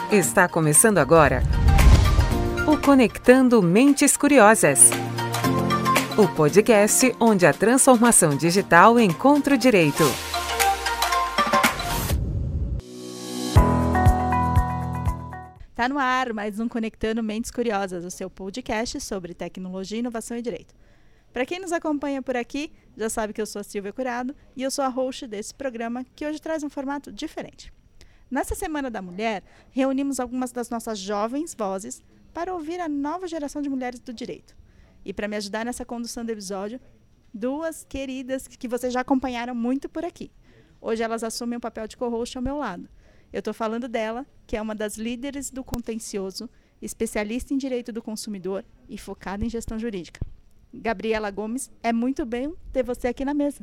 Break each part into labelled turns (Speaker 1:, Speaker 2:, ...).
Speaker 1: Está começando agora o Conectando Mentes Curiosas. O podcast onde a transformação digital encontra o direito.
Speaker 2: Tá no ar mais um Conectando Mentes Curiosas, o seu podcast sobre tecnologia, inovação e direito. Para quem nos acompanha por aqui, já sabe que eu sou a Silvia Curado e eu sou a host desse programa, que hoje traz um formato diferente. Nessa Semana da Mulher, reunimos algumas das nossas jovens vozes para ouvir a nova geração de mulheres do direito. E para me ajudar nessa condução do episódio, duas queridas que vocês já acompanharam muito por aqui. Hoje elas assumem o papel de co-host ao meu lado. Eu estou falando dela, que é uma das líderes do contencioso, especialista em direito do consumidor e focada em gestão jurídica. Gabriela Gomes, é muito bem ter você aqui na mesa.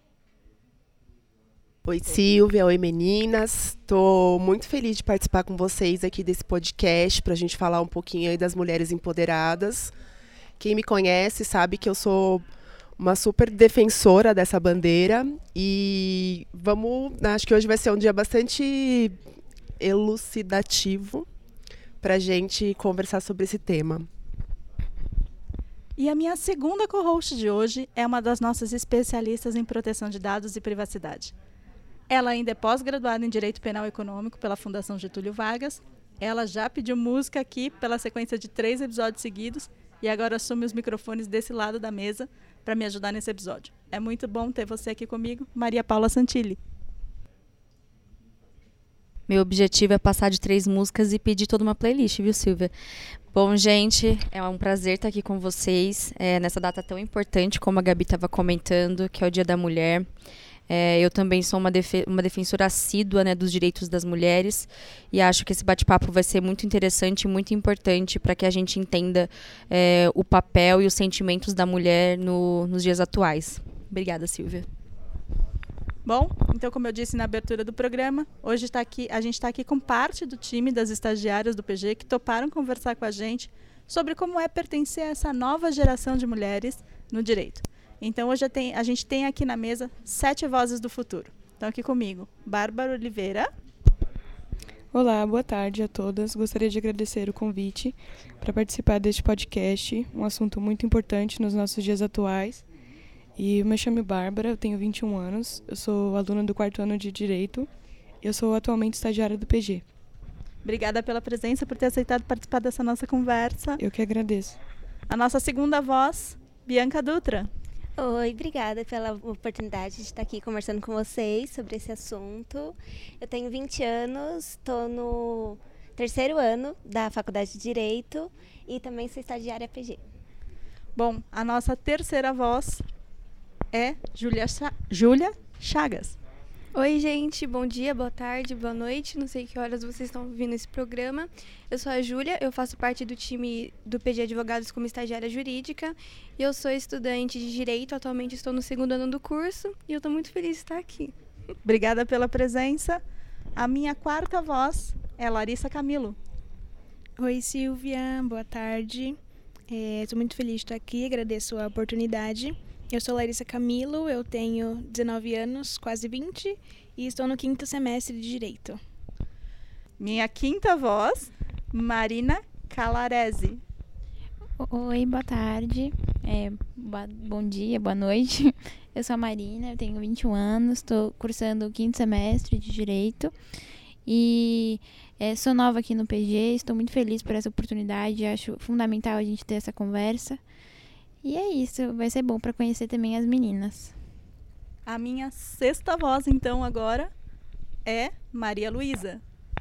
Speaker 3: Oi, Silvia. Oi, meninas. Estou muito feliz de participar com vocês aqui desse podcast para a gente falar um pouquinho aí das mulheres empoderadas. Quem me conhece sabe que eu sou uma super defensora dessa bandeira e acho que hoje vai ser um dia bastante elucidativo para a gente conversar sobre esse tema.
Speaker 2: E a minha segunda co-host de hoje é uma das nossas especialistas em proteção de dados e privacidade. Ela ainda é pós-graduada em Direito Penal Econômico pela Fundação Getúlio Vargas. Ela já pediu música aqui pela sequência de 3 episódios seguidos e agora assume os microfones desse lado da mesa para me ajudar nesse episódio. É muito bom ter você aqui comigo, Maria Paula Santilli.
Speaker 4: Meu objetivo é passar de 3 músicas e pedir toda uma playlist, viu, Silvia? Bom, gente, é um prazer estar aqui com vocês nessa data tão importante, como a Gabi estava comentando, que é o Dia da Mulher. Eu também sou uma defensora assídua, dos direitos das mulheres e acho que esse bate-papo vai ser muito interessante e muito importante para que a gente entenda o papel e os sentimentos da mulher nos dias atuais. Obrigada, Silvia.
Speaker 2: Bom, então como eu disse na abertura do programa, hoje a gente está aqui com parte do time das estagiárias do PG que toparam conversar com a gente sobre como é pertencer a essa nova geração de mulheres no direito. Então hoje a gente tem aqui na mesa 7 vozes do futuro. Estão aqui comigo, Bárbara Oliveira.
Speaker 5: Olá, boa tarde a todas. Gostaria de agradecer o convite para participar deste podcast, um assunto muito importante nos nossos dias atuais. E eu me chamo Bárbara, eu tenho 21 anos, eu sou aluna do 4º ano de Direito e eu sou atualmente estagiária do PG.
Speaker 2: Obrigada pela presença, por ter aceitado participar dessa nossa conversa.
Speaker 5: Eu que agradeço.
Speaker 2: A nossa segunda voz, Bianca Dutra.
Speaker 6: Oi, obrigada pela oportunidade de estar aqui conversando com vocês sobre esse assunto. Eu tenho 20 anos, estou no 3º ano da Faculdade de Direito e também sou estagiária PG.
Speaker 2: Bom, a nossa terceira voz é Júlia Chagas.
Speaker 7: Oi, gente, bom dia, boa tarde, boa noite, não sei que horas vocês estão ouvindo esse programa. Eu sou a Júlia, eu faço parte do time do PG Advogados como estagiária jurídica e eu sou estudante de Direito, atualmente estou no 2º ano do curso e eu estou muito feliz de estar aqui.
Speaker 2: Obrigada pela presença. A minha quarta voz é Larissa Camilo.
Speaker 8: Oi, Silvia, boa tarde. Estou muito feliz de estar aqui, agradeço a oportunidade. Eu sou Larissa Camilo, eu tenho 19 anos, quase 20, e estou no 5º semestre de Direito.
Speaker 2: Minha quinta voz, Marina Calarese.
Speaker 9: Oi, boa tarde, bom dia, boa noite. Eu sou a Marina, eu tenho 21 anos, estou cursando o 5º semestre de Direito e sou nova aqui no PG, estou muito feliz por essa oportunidade, acho fundamental a gente ter essa conversa. E é isso, vai ser bom para conhecer também as meninas.
Speaker 2: A minha sexta voz, então, agora é Maria Luísa.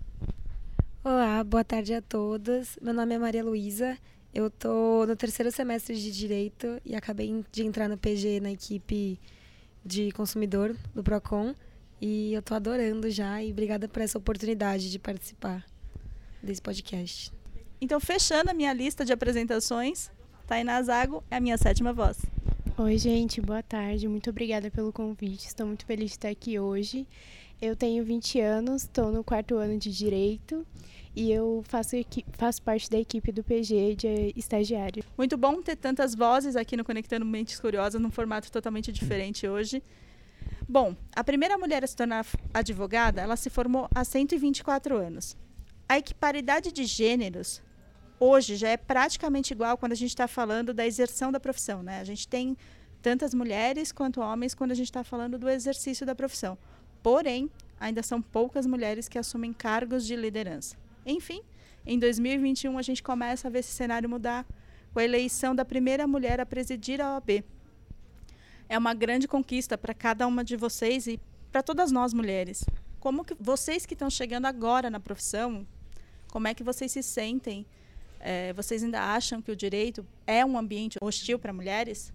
Speaker 10: Olá, boa tarde a todas. Meu nome é Maria Luísa, eu estou no 3º semestre de Direito e acabei de entrar no PG, na equipe de consumidor do Procon. E eu estou adorando já e obrigada por essa oportunidade de participar desse podcast.
Speaker 2: Então, fechando a minha lista de apresentações, Tainá Zago é a minha 7ª voz.
Speaker 11: Oi, gente, boa tarde. Muito obrigada pelo convite. Estou muito feliz de estar aqui hoje. Eu tenho 20 anos, estou no 4º ano de Direito e eu faço parte da equipe do PG de estagiário.
Speaker 2: Muito bom ter tantas vozes aqui no Conectando Mentes Curiosas, num formato totalmente diferente hoje. Bom, a primeira mulher a se tornar advogada, ela se formou há 124 anos. A a equiparidade de gêneros hoje já é praticamente igual quando a gente está falando da exerção da profissão, né? A gente tem tantas mulheres quanto homens quando a gente está falando do exercício da profissão. Porém, ainda são poucas mulheres que assumem cargos de liderança. Enfim, em 2021 a gente começa a ver esse cenário mudar com a eleição da primeira mulher a presidir a OAB. É uma grande conquista para cada uma de vocês e para todas nós mulheres. Como que vocês que estão chegando agora na profissão, como é que vocês se sentem? Vocês ainda acham que o direito é um ambiente hostil para mulheres?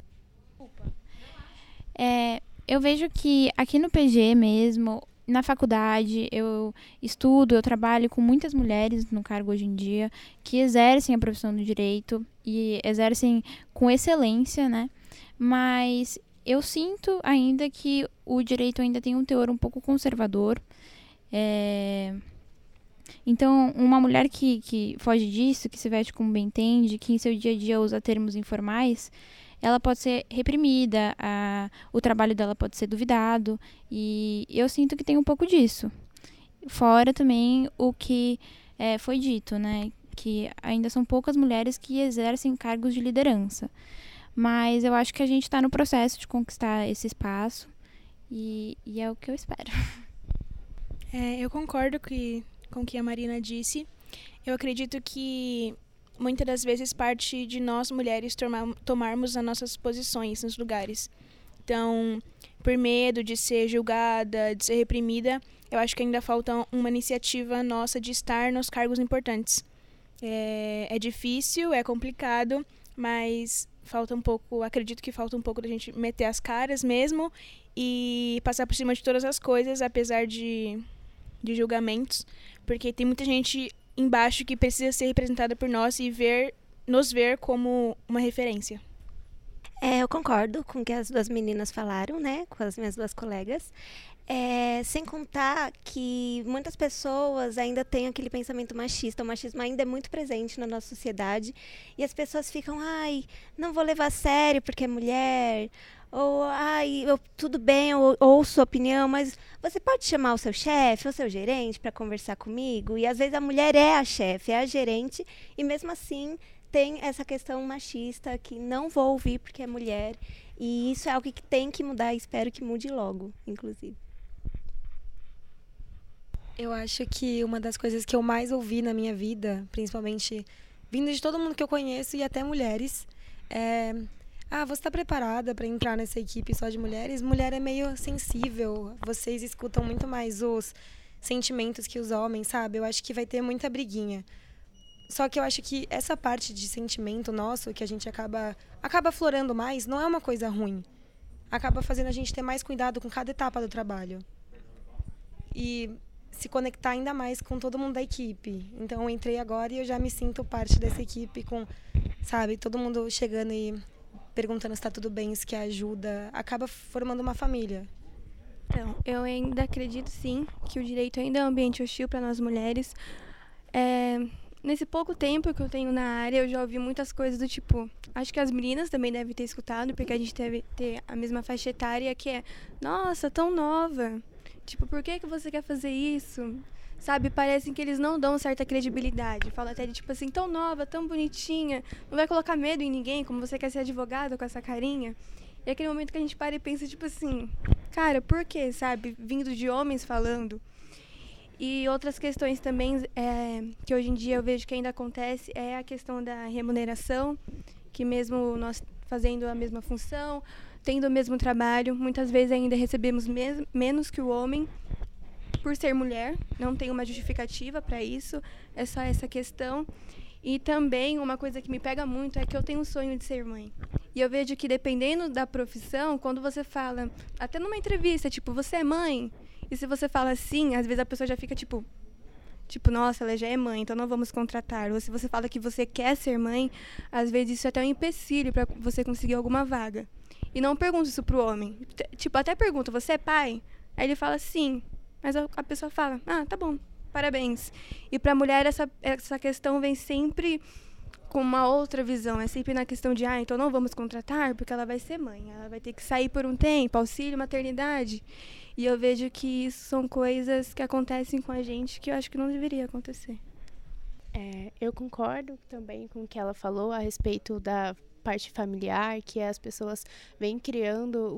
Speaker 9: Eu vejo que aqui no PG mesmo, na faculdade, eu estudo, eu trabalho com muitas mulheres no cargo hoje em dia, que exercem a profissão do direito e exercem com excelência, né? Mas eu sinto ainda que o direito ainda tem um teor um pouco conservador. Então, uma mulher que foge disso, que se veste como bem entende, que em seu dia a dia usa termos informais, ela pode ser reprimida, o trabalho dela pode ser duvidado, e eu sinto que tem um pouco disso. Fora também o que foi dito, né, que ainda são poucas mulheres que exercem cargos de liderança. Mas eu acho que a gente está no processo de conquistar esse espaço, e é o que eu espero.
Speaker 8: Eu concordo com o que a Marina disse. Eu acredito que muitas das vezes parte de nós mulheres tomarmos as nossas posições nos lugares. Então, por medo de ser julgada, de ser reprimida, eu acho que ainda falta uma iniciativa nossa de estar nos cargos importantes. É difícil, é complicado, mas acredito que falta um pouco da gente meter as caras mesmo e passar por cima de todas as coisas, apesar de julgamentos, porque tem muita gente embaixo que precisa ser representada por nós e nos ver como uma referência.
Speaker 6: Eu concordo com o que as duas meninas falaram, né, com as minhas duas colegas. Sem contar que muitas pessoas ainda têm aquele pensamento machista. O machismo ainda é muito presente na nossa sociedade e as pessoas ficam, não vou levar a sério porque é mulher, ou, tudo bem, eu ouço a opinião, mas você pode chamar o seu chefe ou seu gerente para conversar comigo? E às vezes a mulher é a chefe, é a gerente, e mesmo assim tem essa questão machista que não vou ouvir porque é mulher, e isso é algo que tem que mudar e espero que mude logo, inclusive.
Speaker 10: Eu acho que uma das coisas que eu mais ouvi na minha vida, principalmente vindo de todo mundo que eu conheço e até mulheres, você está preparada para entrar nessa equipe só de mulheres? Mulher é meio sensível, vocês escutam muito mais os sentimentos que os homens, sabe? Eu acho que vai ter muita briguinha. Só que eu acho que essa parte de sentimento nosso, que a gente acaba aflorando mais, não é uma coisa ruim. Acaba fazendo a gente ter mais cuidado com cada etapa do trabalho. E se conectar ainda mais com todo mundo da equipe. Então, eu entrei agora e eu já me sinto parte dessa equipe com, sabe, todo mundo chegando e perguntando se está tudo bem, isso que ajuda. Acaba formando uma família.
Speaker 7: Então, eu ainda acredito, sim, que o direito ainda é um ambiente hostil para nós mulheres. Nesse pouco tempo que eu tenho na área, eu já ouvi muitas coisas do tipo... Acho que as meninas também devem ter escutado, porque a gente deve ter a mesma faixa etária, que é... Nossa, tão nova. Tipo, por que você quer fazer isso? Sabe, parece que eles não dão certa credibilidade. Fala até de, tipo assim, tão nova, tão bonitinha. Não vai colocar medo em ninguém, como você quer ser advogada com essa carinha. E é aquele momento que a gente para e pensa, tipo assim... Cara, por quê, sabe? Vindo de homens falando... E outras questões também que hoje em dia eu vejo que ainda acontece é a questão da remuneração, que mesmo nós fazendo a mesma função, tendo o mesmo trabalho, muitas vezes ainda recebemos menos que o homem por ser mulher, não tem uma justificativa para isso, é só essa questão. E também uma coisa que me pega muito é que eu tenho um sonho de ser mãe. E eu vejo que dependendo da profissão, quando você fala, até numa entrevista, tipo, você é mãe? E se você fala assim, às vezes a pessoa já fica tipo, nossa, ela já é mãe, então não vamos contratar. Ou se você fala que você quer ser mãe, às vezes isso é até um empecilho para você conseguir alguma vaga. E não pergunto isso pro homem. Tipo, até pergunto, você é pai? Aí ele fala sim, mas a pessoa fala, tá bom, parabéns. E pra mulher essa questão vem sempre com uma outra visão. É sempre na questão de, então não vamos contratar porque ela vai ser mãe. Ela vai ter que sair por um tempo, auxílio, maternidade. E eu vejo que isso são coisas que acontecem com a gente que eu acho que não deveria acontecer.
Speaker 11: Eu concordo também com o que ela falou a respeito da parte familiar, que as pessoas vêm criando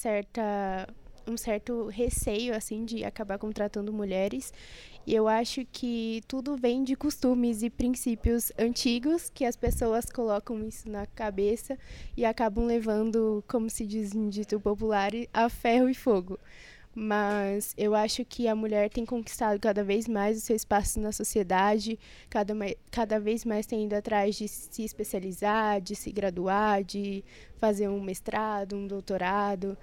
Speaker 11: um certo receio, assim, de acabar contratando mulheres. E eu acho que tudo vem de costumes e princípios antigos, que as pessoas colocam isso na cabeça e acabam levando, como se diz em dito popular, a ferro e fogo. Mas eu acho que a mulher tem conquistado cada vez mais o seu espaço na sociedade, cada vez mais tem ido atrás de se especializar, de se graduar, de fazer um mestrado, um doutorado.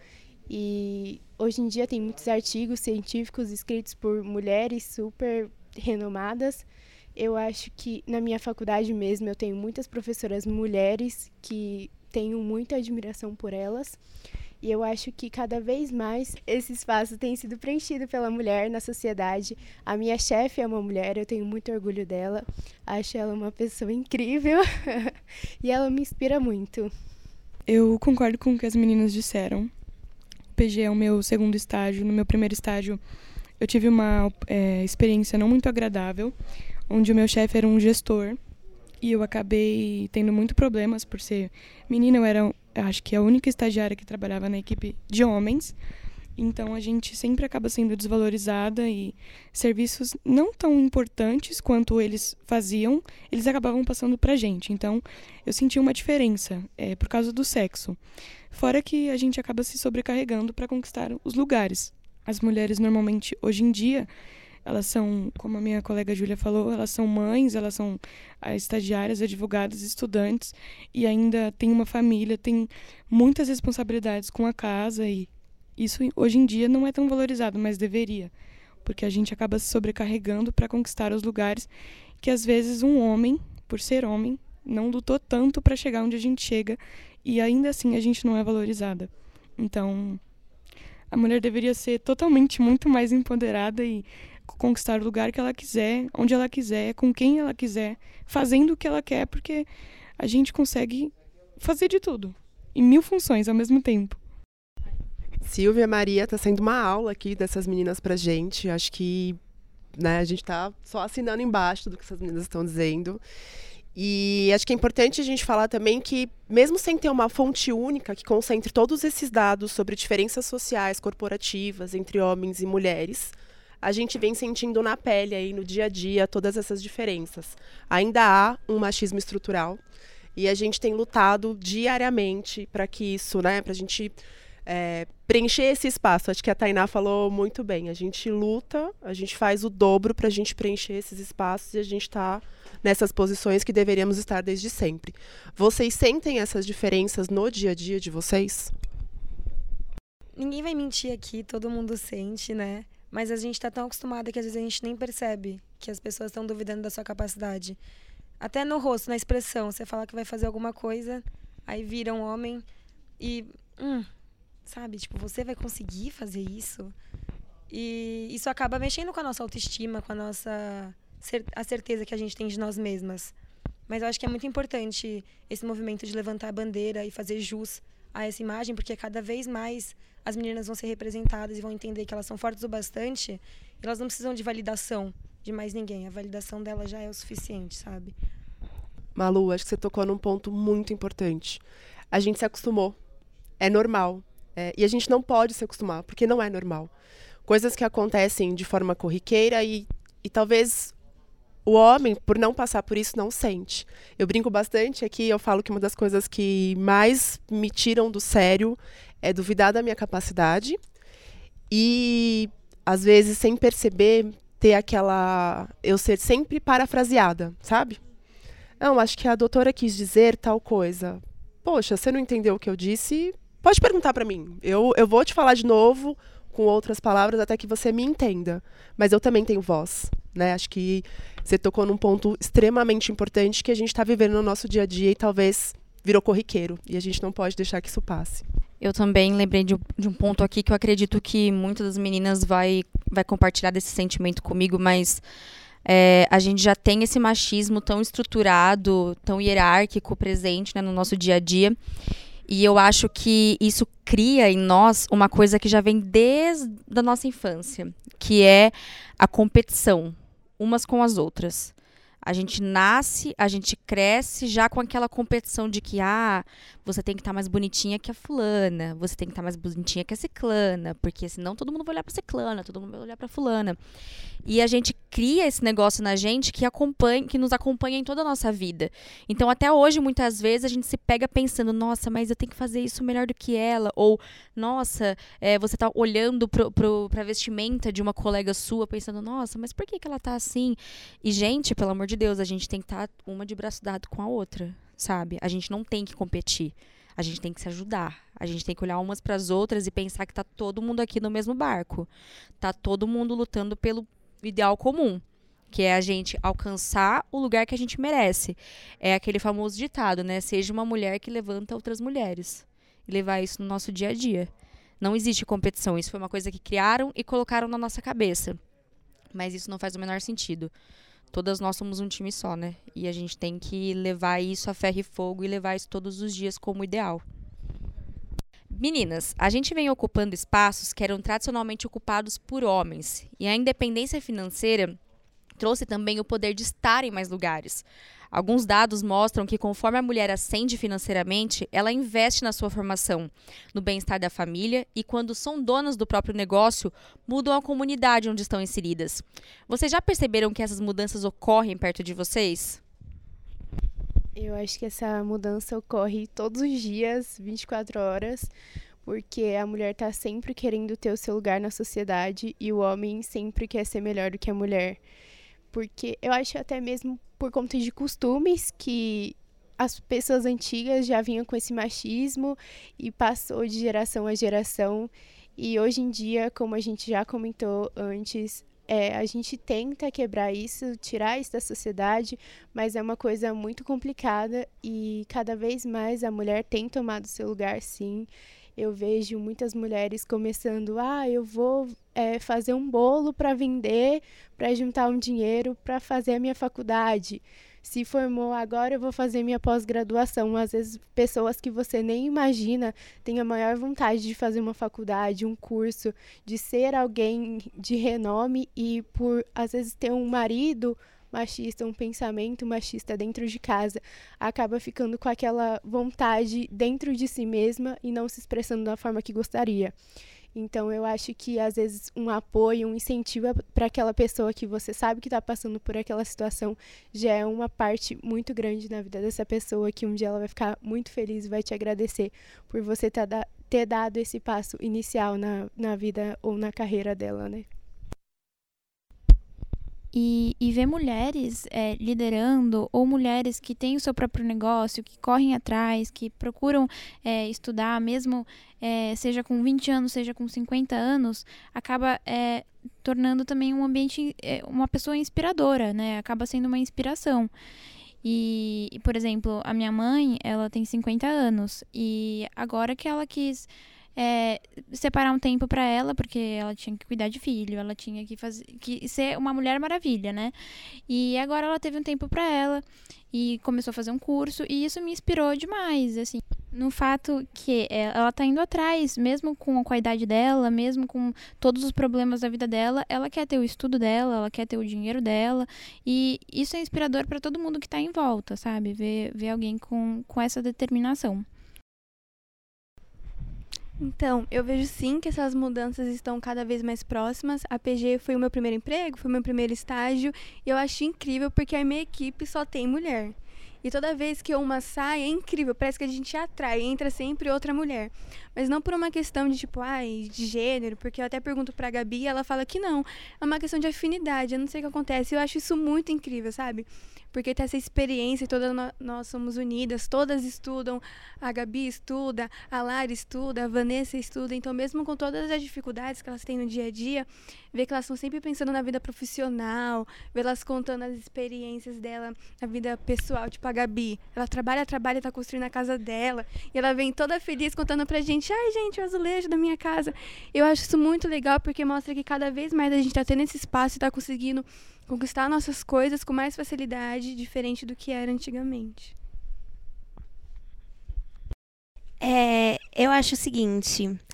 Speaker 11: E hoje em dia tem muitos artigos científicos escritos por mulheres super renomadas. Eu acho que na minha faculdade mesmo eu tenho muitas professoras mulheres que tenho muita admiração por elas. E eu acho que cada vez mais esse espaço tem sido preenchido pela mulher na sociedade. A minha chefe é uma mulher, eu tenho muito orgulho dela. Acho ela uma pessoa incrível e ela me inspira muito.
Speaker 5: Eu concordo com o que as meninas disseram. O PG é o meu segundo estágio. No meu primeiro estágio, eu tive uma experiência não muito agradável, onde o meu chefe era um gestor. E eu acabei tendo muitos problemas por ser menina. Eu era, acho que, a única estagiária que trabalhava na equipe de homens. Então, a gente sempre acaba sendo desvalorizada e serviços não tão importantes quanto eles faziam, eles acabavam passando pra gente. Então, eu senti uma diferença por causa do sexo. Fora que a gente acaba se sobrecarregando para conquistar os lugares. As mulheres, normalmente, hoje em dia, elas são, como a minha colega Júlia falou, elas são mães, elas são estagiárias, advogadas, estudantes e ainda tem uma família, tem muitas responsabilidades com a casa e isso hoje em dia não é tão valorizado, mas deveria, porque a gente acaba se sobrecarregando para conquistar os lugares que às vezes um homem, por ser homem, não lutou tanto para chegar onde a gente chega e ainda assim a gente não é valorizada. Então, a mulher deveria ser totalmente muito mais empoderada e conquistar o lugar que ela quiser, onde ela quiser, com quem ela quiser, fazendo o que ela quer, porque a gente consegue fazer de tudo, em 1000 funções ao mesmo tempo.
Speaker 3: Silvia, Maria, tá sendo uma aula aqui dessas meninas pra gente. Acho que, né, a gente tá só assinando embaixo do que essas meninas estão dizendo. E acho que é importante a gente falar também que, mesmo sem ter uma fonte única que concentre todos esses dados sobre diferenças sociais, corporativas, entre homens e mulheres, a gente vem sentindo na pele aí, no dia a dia, todas essas diferenças. Ainda há um machismo estrutural e a gente tem lutado diariamente para que isso, né, para a gente preencher esse espaço. Acho que a Tainá falou muito bem. A gente luta, a gente faz o dobro para a gente preencher esses espaços e a gente está nessas posições que deveríamos estar desde sempre. Vocês sentem essas diferenças no dia a dia de vocês?
Speaker 10: Ninguém vai mentir aqui, todo mundo sente, né? Mas a gente tá tão acostumada que às vezes a gente nem percebe que as pessoas estão duvidando da sua capacidade. Até no rosto, na expressão, você fala que vai fazer alguma coisa, aí vira um homem e... sabe, tipo, você vai conseguir fazer isso? E isso acaba mexendo com a nossa autoestima, com a certeza que a gente tem de nós mesmas. Mas eu acho que é muito importante esse movimento de levantar a bandeira e fazer jus a essa imagem, porque cada vez mais as meninas vão ser representadas e vão entender que elas são fortes o bastante e elas não precisam de validação de mais ninguém. A validação dela já é o suficiente, sabe?
Speaker 3: Malu, acho que você tocou num ponto muito importante. A gente se acostumou. É normal. E a gente não pode se acostumar, porque não é normal. Coisas que acontecem de forma corriqueira e talvez o homem, por não passar por isso, não sente. Eu brinco bastante aqui, eu falo que uma das coisas que mais me tiram do sério é duvidar da minha capacidade e, às vezes, sem perceber, ter eu ser sempre parafraseada, sabe? Não, acho que a doutora quis dizer tal coisa. Poxa, você não entendeu o que eu disse? Pode perguntar para mim. Eu vou te falar de novo, com outras palavras, até que você me entenda. Mas eu também tenho voz, né? Acho que você tocou num ponto extremamente importante que a gente está vivendo no nosso dia a dia e talvez virou corriqueiro. E a gente não pode deixar que isso passe.
Speaker 4: Eu também lembrei de um ponto aqui que eu acredito que muitas das meninas vai compartilhar desse sentimento comigo, mas a gente já tem esse machismo tão estruturado, tão hierárquico presente, né, no nosso dia a dia. E eu acho que isso cria em nós uma coisa que já vem desde a nossa infância, que é a competição umas com as outras. A gente nasce, a gente cresce já com aquela competição de que, você tem que estar mais bonitinha que a fulana, você tem que estar mais bonitinha que a ciclana, porque senão todo mundo vai olhar pra ciclana, todo mundo vai olhar pra fulana. E a gente cria esse negócio na gente que nos acompanha em toda a nossa vida. Então, até hoje, muitas vezes, a gente se pega pensando, nossa, mas eu tenho que fazer isso melhor do que ela. Ou, nossa, você tá olhando pra vestimenta de uma colega sua, pensando, nossa, mas por que ela tá assim? E, gente, pelo amor de Deus, a gente tem que estar uma de braço dado com a outra, sabe? A gente não tem que competir. A gente tem que se ajudar. A gente tem que olhar umas para as outras e pensar que tá todo mundo aqui no mesmo barco. Tá todo mundo lutando pelo ideal comum, que é a gente alcançar o lugar que a gente merece. É aquele famoso ditado, né? Seja uma mulher que levanta outras mulheres. E levar isso no nosso dia a dia. Não existe competição. Isso foi uma coisa que criaram e colocaram na nossa cabeça. Mas isso não faz o menor sentido. Todas nós somos um time só, né? E a gente tem que levar isso a ferro e fogo e levar isso todos os dias como ideal. Meninas, a gente vem ocupando espaços que eram tradicionalmente ocupados por homens. E a independência financeira trouxe também o poder de estar em mais lugares. Alguns dados mostram que conforme a mulher ascende financeiramente, ela investe na sua formação, no bem-estar da família e, quando são donas do próprio negócio, mudam a comunidade onde estão inseridas. Vocês já perceberam que essas mudanças ocorrem perto de vocês?
Speaker 11: Eu acho que essa mudança ocorre todos os dias, 24 horas, porque a mulher está sempre querendo ter o seu lugar na sociedade e o homem sempre quer ser melhor do que a mulher. Porque eu acho até mesmo por conta de costumes que as pessoas antigas já vinham com esse machismo e passou de geração a geração. E hoje em dia, como a gente já comentou antes, a gente tenta quebrar isso, tirar isso da sociedade, mas é uma coisa muito complicada e cada vez mais a mulher tem tomado seu lugar, sim. Eu vejo muitas mulheres começando, eu vou fazer um bolo para vender, para juntar um dinheiro para fazer a minha faculdade. Se formou agora, eu vou fazer minha pós-graduação. Às vezes, pessoas que você nem imagina têm a maior vontade de fazer uma faculdade, um curso, de ser alguém de renome e por, às vezes, ter um marido machista, um pensamento machista dentro de casa, acaba ficando com aquela vontade dentro de si mesma e não se expressando da forma que gostaria. Então, eu acho que, às vezes, um apoio, um incentivo para aquela pessoa que você sabe que está passando por aquela situação já é uma parte muito grande na vida dessa pessoa, que um dia ela vai ficar muito feliz e vai te agradecer por você ter dado esse passo inicial na vida ou na carreira dela, né?
Speaker 9: E ver mulheres liderando, ou mulheres que têm o seu próprio negócio, que correm atrás, que procuram estudar, mesmo seja com 20 anos, seja com 50 anos, acaba tornando também um ambiente, uma pessoa inspiradora, né? Acaba sendo uma inspiração. E, por exemplo, a minha mãe, ela tem 50 anos, e agora que ela quis separar um tempo para ela, porque ela tinha que cuidar de filho, ela tinha que ser uma mulher maravilha, né? E agora ela teve um tempo para ela e começou a fazer um curso, e isso me inspirou demais, assim, no fato que ela tá indo atrás, mesmo com a idade dela, mesmo com todos os problemas da vida dela, ela quer ter o estudo dela, ela quer ter o dinheiro dela, e isso é inspirador para todo mundo que tá em volta, sabe? Ver alguém com essa determinação.
Speaker 7: Então, eu vejo sim que essas mudanças estão cada vez mais próximas. A PG foi o meu primeiro emprego, foi o meu primeiro estágio, e eu acho incrível porque a minha equipe só tem mulher. E toda vez que uma sai, é incrível, parece que a gente atrai, entra sempre outra mulher. Mas não por uma questão de de gênero, porque eu até pergunto pra Gabi e ela fala que não. É uma questão de afinidade, eu não sei o que acontece. Eu acho isso muito incrível, sabe? Porque tem essa experiência, todas nós somos unidas, todas estudam, a Gabi estuda, a Lara estuda, a Vanessa estuda, então mesmo com todas as dificuldades que elas têm no dia a dia, ver que elas estão sempre pensando na vida profissional, ver elas contando as experiências dela na vida pessoal, tipo a Gabi, ela trabalha, tá construindo a casa dela, e ela vem toda feliz contando pra gente, gente, o azulejo da minha casa. Eu acho isso muito legal, porque mostra que cada vez mais a gente tá tendo esse espaço e tá conseguindo conquistar nossas coisas com mais facilidade, diferente do que era antigamente.
Speaker 6: Eu acho o seguinte,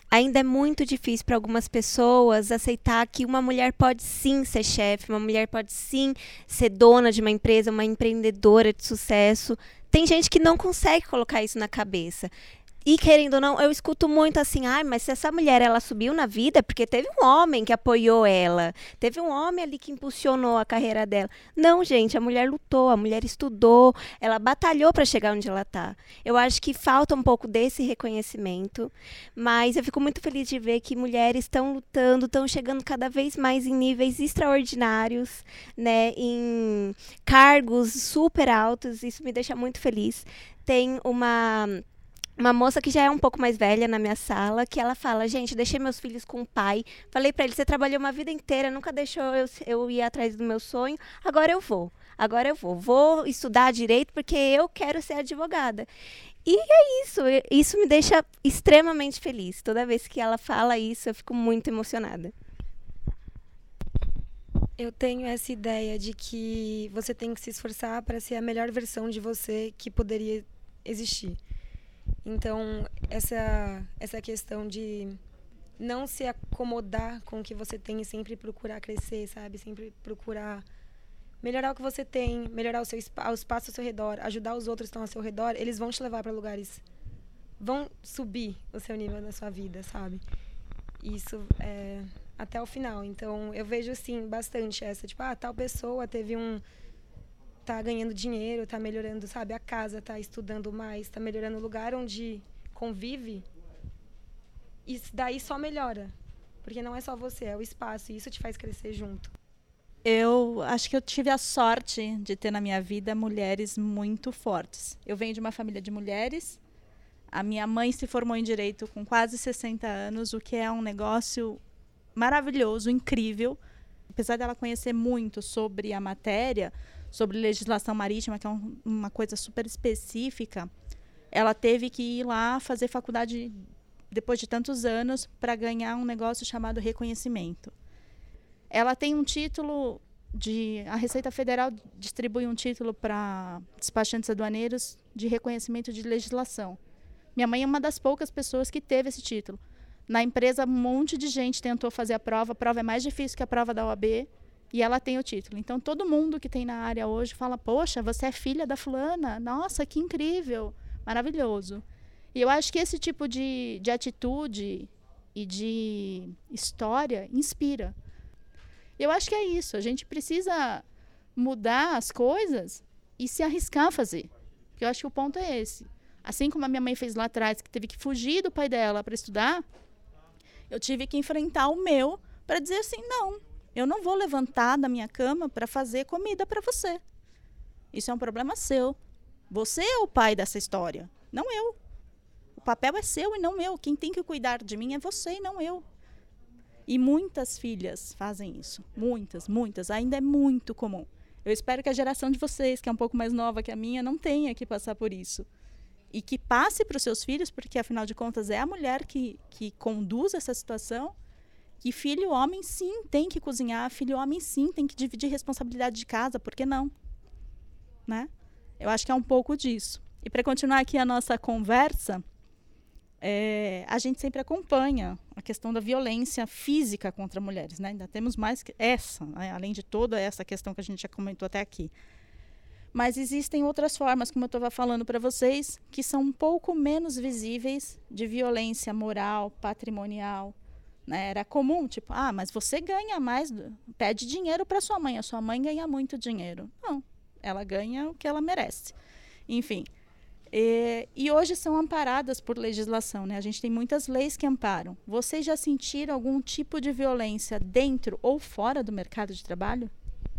Speaker 6: ainda é muito difícil para algumas pessoas aceitar que uma mulher pode sim ser chefe, uma mulher pode sim ser dona de uma empresa, uma empreendedora de sucesso. Tem gente que não consegue colocar isso na cabeça. E, querendo ou não, eu escuto muito assim, mas se essa mulher, ela subiu na vida, porque teve um homem que apoiou ela, teve um homem ali que impulsionou a carreira dela. Não, gente, a mulher lutou, a mulher estudou, ela batalhou para chegar onde ela está. Eu acho que falta um pouco desse reconhecimento, mas eu fico muito feliz de ver que mulheres estão lutando, estão chegando cada vez mais em níveis extraordinários, né, em cargos super altos, isso me deixa muito feliz. Tem uma moça que já é um pouco mais velha na minha sala, que ela fala, gente, deixei meus filhos com o pai, falei pra ele, você trabalhou uma vida inteira, nunca deixou eu ir atrás do meu sonho, agora eu vou estudar direito porque eu quero ser advogada. E é isso me deixa extremamente feliz. Toda vez que ela fala isso, eu fico muito emocionada.
Speaker 10: Eu tenho essa ideia de que você tem que se esforçar para ser a melhor versão de você que poderia existir. Então, essa questão de não se acomodar com o que você tem e sempre procurar crescer, sabe? Sempre procurar melhorar o que você tem, melhorar o espaço ao seu redor, ajudar os outros que estão ao seu redor, eles vão te levar para lugares, vão subir o seu nível da sua vida, sabe? Isso é até o final. Então, eu vejo, sim, bastante essa, tipo, tal pessoa teve tá ganhando dinheiro, tá melhorando, sabe, a casa, tá estudando mais, tá melhorando o lugar onde convive. Isso daí só melhora, porque não é só você, é o espaço, e isso te faz crescer junto.
Speaker 2: Eu acho que eu tive a sorte de ter na minha vida mulheres muito fortes. Eu venho de uma família de mulheres. A minha mãe se formou em Direito com quase 60 anos, o que é um negócio maravilhoso, incrível. Apesar dela conhecer muito sobre a matéria, sobre legislação marítima, que é uma coisa super específica, ela teve que ir lá fazer faculdade depois de tantos anos para ganhar um negócio chamado reconhecimento. Ela tem um título a Receita Federal distribui um título para despachantes aduaneiros de reconhecimento de legislação. Minha mãe é uma das poucas pessoas que teve esse título. Na empresa, um monte de gente tentou fazer a prova é mais difícil que a prova da OAB, e ela tem o título. Então, todo mundo que tem na área hoje fala, poxa, você é filha da fulana, nossa, que incrível, maravilhoso. E eu acho que esse tipo de atitude e de história inspira. Eu acho que é isso, a gente precisa mudar as coisas e se arriscar a fazer. Porque eu acho que o ponto é esse. Assim como a minha mãe fez lá atrás, que teve que fugir do pai dela para estudar, eu tive que enfrentar o meu para dizer assim, não, eu não vou levantar da minha cama para fazer comida para você. Isso é um problema seu. Você é o pai dessa história, não eu. O papel é seu e não meu. Quem tem que cuidar de mim é você e não eu. E muitas filhas fazem isso. Muitas. Ainda é muito comum. Eu espero que a geração de vocês, que é um pouco mais nova que a minha, não tenha que passar por isso. E que passe para os seus filhos, porque, afinal de contas, é a mulher que conduz essa situação. Que filho homem, sim, tem que cozinhar. Filho homem, sim, tem que dividir responsabilidade de casa. Por que não? Né? Eu acho que é um pouco disso. E para continuar aqui a nossa conversa, a gente sempre acompanha a questão da violência física contra mulheres, né? Ainda temos mais que essa, né? Além de toda essa questão que a gente já comentou até aqui. Mas existem outras formas, como eu estava falando para vocês, que são um pouco menos visíveis de violência moral, patrimonial. Né? Era comum, tipo, mas você ganha mais, pede dinheiro para sua mãe, a sua mãe ganha muito dinheiro. Não, ela ganha o que ela merece. Enfim. E hoje são amparadas por legislação, né? A gente tem muitas leis que amparam. Vocês já sentiram algum tipo de violência dentro ou fora do mercado de trabalho?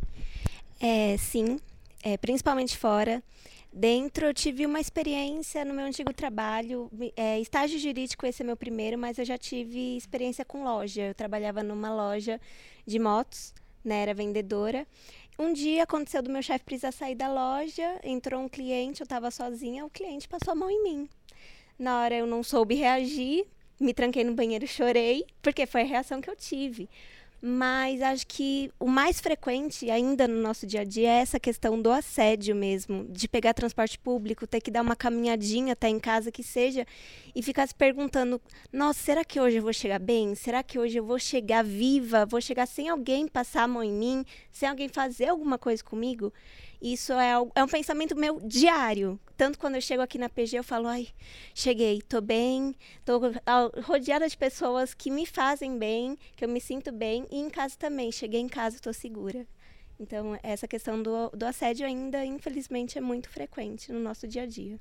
Speaker 6: Sim, principalmente fora. Dentro, eu tive uma experiência no meu antigo trabalho, estágio jurídico, esse é meu primeiro, mas eu já tive experiência com loja. Eu trabalhava numa loja de motos, né? Era vendedora. Um dia aconteceu do meu chefe precisar sair da loja, entrou um cliente, eu estava sozinha, o cliente passou a mão em mim. Na hora eu não soube reagir, me tranquei no banheiro e chorei, porque foi a reação que eu tive. Mas acho que o mais frequente ainda no nosso dia a dia é essa questão do assédio mesmo, de pegar transporte público, ter que dar uma caminhadinha até em casa que seja, e ficar se perguntando, nossa, será que hoje eu vou chegar bem? Será que hoje eu vou chegar viva? Vou chegar sem alguém passar a mão em mim? Sem alguém fazer alguma coisa comigo? Isso é um pensamento meu diário. Tanto quando eu chego aqui na PG, eu falo, ai, cheguei, tô bem, tô rodeada de pessoas que me fazem bem, que eu me sinto bem, e em casa também, cheguei em casa, tô segura. Então, essa questão do assédio ainda, infelizmente, é muito frequente no nosso dia a dia.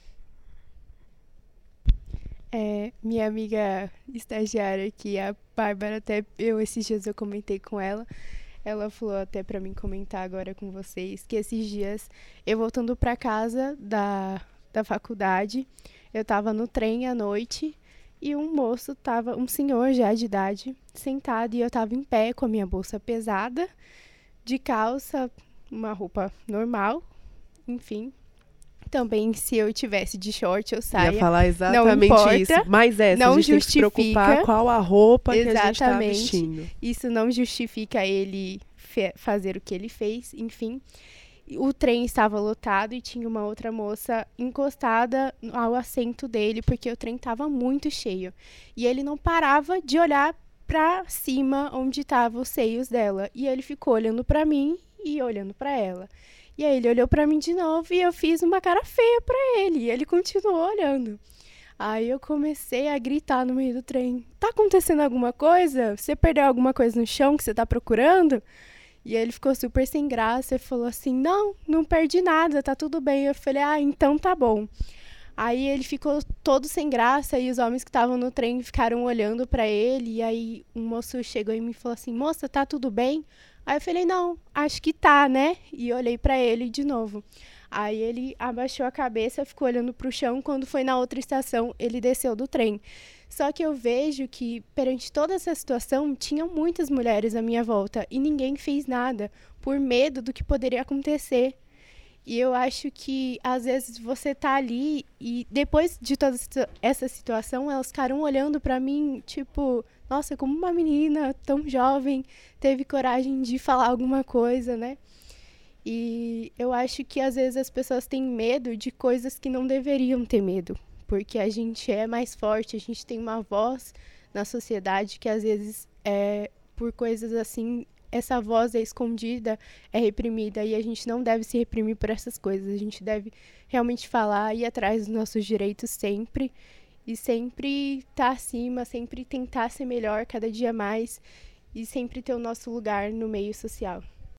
Speaker 11: Minha amiga estagiária aqui, a Bárbara, até esses dias eu comentei com ela. Ela falou até pra mim comentar agora com vocês que esses dias, eu voltando pra casa da faculdade, eu tava no trem à noite e um senhor já de idade, sentado, e eu tava em pé com a minha bolsa pesada, de calça, uma roupa normal, enfim. Também, se eu tivesse de short ou saia,
Speaker 3: ia falar exatamente
Speaker 11: não importa,
Speaker 3: isso. Mas não a gente tem que se preocupar qual a roupa que a gente está vestindo.
Speaker 11: Isso não justifica ele fazer o que ele fez, enfim. O trem estava lotado e tinha uma outra moça encostada ao assento dele, porque o trem estava muito cheio. E ele não parava de olhar para cima, onde estavam os seios dela. E ele ficou olhando para mim e olhando para ela. E aí ele olhou pra mim de novo e eu fiz uma cara feia pra ele. E ele continuou olhando. Aí eu comecei a gritar no meio do trem. Tá acontecendo alguma coisa? Você perdeu alguma coisa no chão que você tá procurando? E ele ficou super sem graça e falou assim, não perdi nada, tá tudo bem. Eu falei, então tá bom. Aí ele ficou todo sem graça e os homens que estavam no trem ficaram olhando pra ele. E aí um moço chegou e me falou assim, moça, tá tudo bem? Aí eu falei, não, acho que tá, né? E olhei pra ele de novo. Aí ele abaixou a cabeça, ficou olhando pro chão. Quando foi na outra estação, ele desceu do trem. Só que eu vejo que, perante toda essa situação, tinham muitas mulheres à minha volta e ninguém fez nada, por medo do que poderia acontecer. E eu acho que, às vezes, você tá ali e depois de toda essa situação, elas ficaram olhando pra mim, tipo, nossa, como uma menina tão jovem teve coragem de falar alguma coisa, né? E eu acho que, às vezes, as pessoas têm medo de coisas que não deveriam ter medo, porque a gente é mais forte, a gente tem uma voz na sociedade que, às vezes, por coisas assim, essa voz é escondida, é reprimida, e a gente não deve se reprimir por essas coisas. A gente deve realmente falar, ir atrás dos nossos direitos sempre, e sempre estar acima, sempre tentar ser melhor cada dia mais, e sempre ter o nosso lugar no meio social.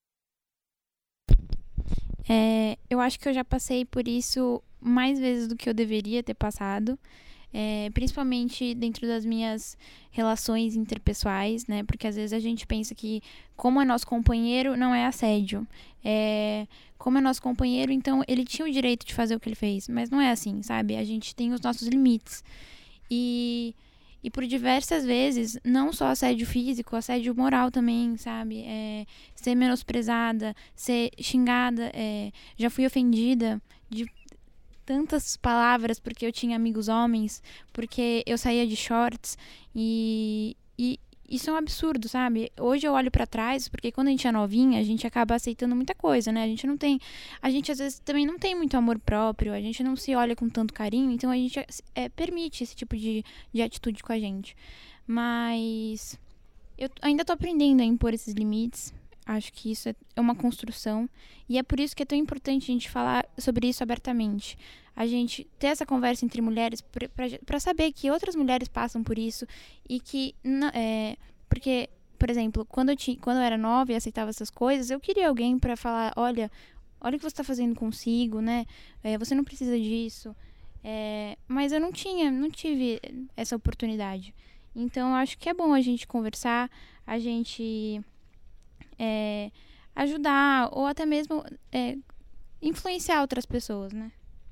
Speaker 9: Eu acho que eu já passei por isso mais vezes do que eu deveria ter passado. Principalmente dentro das minhas relações interpessoais, né? Porque às vezes a gente pensa que, como é nosso companheiro, não é assédio. Como é nosso companheiro, então ele tinha o direito de fazer o que ele fez. Mas não é assim, sabe? A gente tem os nossos limites. E por diversas vezes, não só assédio físico, assédio moral também, sabe? Ser menosprezada, ser xingada. Já fui ofendida de tantas palavras porque eu tinha amigos homens, porque eu saía de shorts e isso é um absurdo, sabe? Hoje eu olho pra trás, porque quando a gente é novinha, a gente acaba aceitando muita coisa, né? A gente às vezes também não tem muito amor próprio, a gente não se olha com tanto carinho, então a gente permite esse tipo de atitude com a gente. Mas eu ainda tô aprendendo a impor esses limites. Acho que isso é uma construção. E é por isso que é tão importante a gente falar sobre isso abertamente. A gente ter essa conversa entre mulheres para saber que outras mulheres passam por isso. E que... porque, por exemplo, quando eu era nova e aceitava essas coisas, eu queria alguém para falar, olha o que você está fazendo consigo, né? Você não precisa disso. Mas eu não tive essa oportunidade. Então, eu acho que é bom a gente conversar, a gente... ajudar ou até mesmo influenciar outras pessoas, né?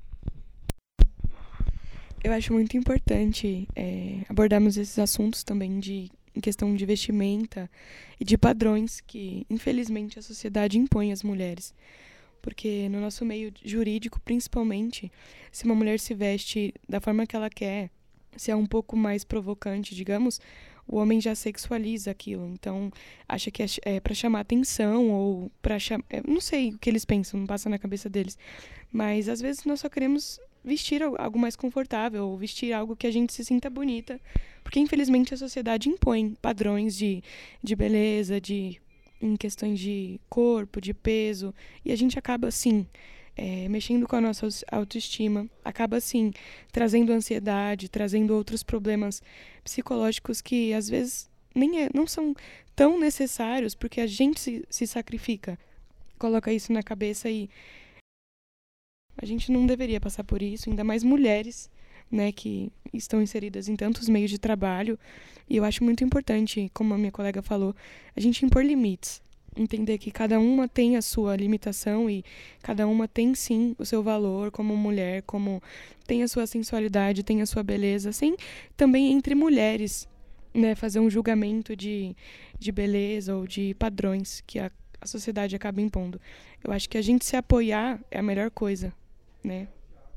Speaker 5: Eu acho muito importante abordarmos esses assuntos também em questão de vestimenta e de padrões que, infelizmente, a sociedade impõe às mulheres. Porque no nosso meio jurídico, principalmente, se uma mulher se veste da forma que ela quer, se é um pouco mais provocante, digamos, o homem já sexualiza aquilo. Então, acha que é para chamar atenção ou para chamar... não sei o que eles pensam, não passa na cabeça deles. Mas, às vezes, nós só queremos vestir algo mais confortável, ou vestir algo que a gente se sinta bonita. Porque, infelizmente, a sociedade impõe padrões de beleza, em questões de corpo, de peso. E a gente acaba, assim, mexendo com a nossa autoestima. Acaba, assim, trazendo ansiedade, trazendo outros problemas psicológicos que, às vezes, não são tão necessários, porque a gente se sacrifica. Coloca isso na cabeça e a gente não deveria passar por isso, ainda mais mulheres, né, que estão inseridas em tantos meios de trabalho. E eu acho muito importante, como a minha colega falou, a gente impor limites. Entender que cada uma tem a sua limitação e cada uma tem, sim, o seu valor como mulher, como tem a sua sensualidade, tem a sua beleza, sem também entre mulheres, né, fazer um julgamento de beleza ou de padrões que a sociedade acaba impondo. Eu acho que a gente se apoiar é a melhor coisa, né?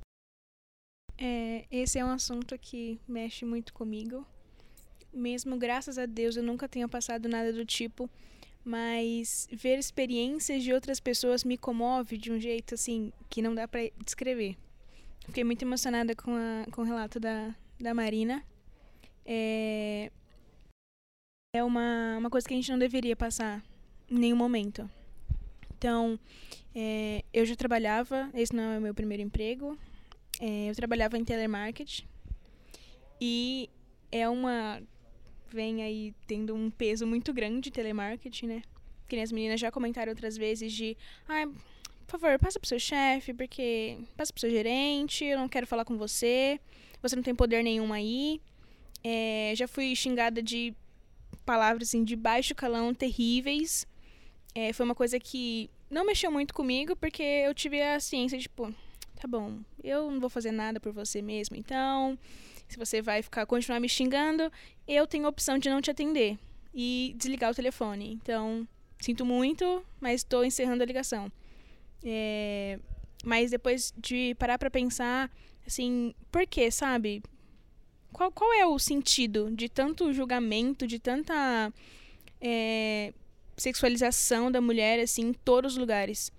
Speaker 8: Esse é um assunto que mexe muito comigo. Mesmo, graças a Deus, eu nunca tenho passado nada do tipo, mas ver experiências de outras pessoas me comove de um jeito, assim, que não dá pra descrever. Fiquei muito emocionada com o relato da Marina. É uma coisa que a gente não deveria passar em nenhum momento. Então, eu já trabalhava, esse não é o meu primeiro emprego, eu trabalhava em telemarketing e vem aí tendo um peso muito grande telemarketing, né? Que as meninas já comentaram outras vezes por favor, passa pro seu chefe, passa pro seu gerente, eu não quero falar com você não tem poder nenhum aí. Já fui xingada de palavras assim, de baixo calão, terríveis. Foi uma coisa que não mexeu muito comigo, porque eu tive a ciência de, tipo, tá bom, eu não vou fazer nada por você mesmo, então, se você vai continuar me xingando, eu tenho a opção de não te atender e desligar o telefone. Então, sinto muito, mas estou encerrando a ligação. Mas depois de parar pra pensar, assim, por quê, sabe? Qual é o sentido de tanto julgamento, de tanta sexualização da mulher, assim, em todos os lugares?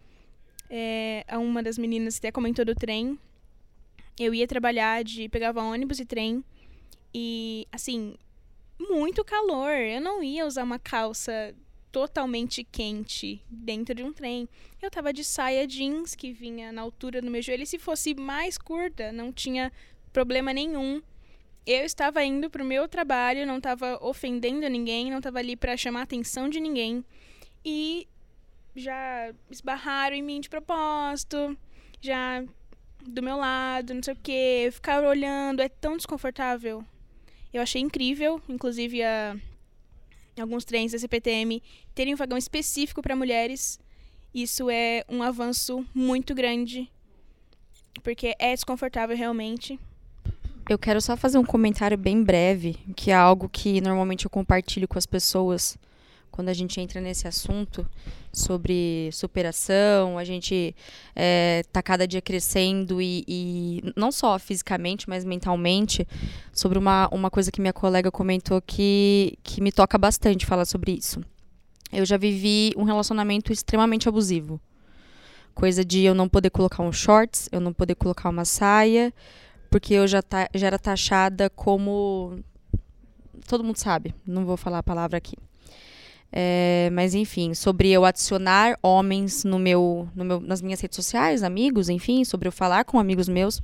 Speaker 8: Uma das meninas até comentou do trem. Eu ia trabalhar, pegava ônibus e trem, e, assim, muito calor. Eu não ia usar uma calça totalmente quente dentro de um trem. Eu tava de saia jeans, que vinha na altura do meu joelho, e se fosse mais curta, não tinha problema nenhum. Eu estava indo pro meu trabalho, não estava ofendendo ninguém, não estava ali para chamar a atenção de ninguém. E já esbarraram em mim de propósito, já do meu lado, não sei o quê, ficar olhando, é tão desconfortável. Eu achei incrível, inclusive alguns trens da CPTM terem um vagão específico para mulheres. Isso é um avanço muito grande, porque é desconfortável realmente.
Speaker 4: Eu quero só fazer um comentário bem breve, que é algo que normalmente eu compartilho com as pessoas quando a gente entra nesse assunto sobre superação. A gente tá cada dia crescendo e não só fisicamente, mas mentalmente, sobre uma coisa que minha colega comentou que me toca bastante falar sobre isso. Eu já vivi um relacionamento extremamente abusivo. Coisa de eu não poder colocar um shorts, eu não poder colocar uma saia, porque eu já era taxada como... Todo mundo sabe, não vou falar a palavra aqui. Mas, enfim, sobre eu adicionar homens nas minhas redes sociais, amigos, enfim, sobre eu falar com amigos meus.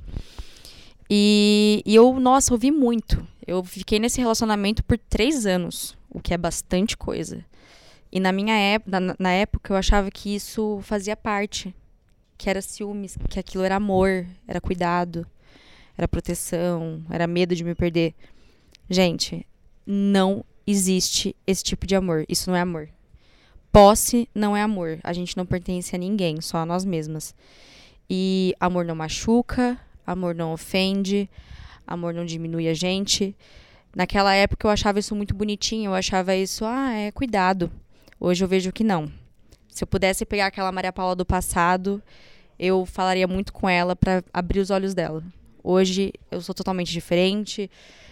Speaker 4: E eu, nossa, ouvi muito. Eu fiquei nesse relacionamento por 3 anos, o que é bastante coisa. E na época eu achava que isso fazia parte, que era ciúmes, que aquilo era amor, era cuidado, era proteção, era medo de me perder. Gente, não existe esse tipo de amor. Isso não é amor. Posse não é amor. A gente não pertence a ninguém, só a nós mesmas. E amor não machuca, amor não ofende, amor não diminui a gente. Naquela época eu achava isso muito bonitinho, eu achava isso, é cuidado. Hoje eu vejo que não. Se eu pudesse pegar aquela Maria Paula do passado, eu falaria muito com ela para abrir os olhos dela. Hoje eu sou totalmente diferente,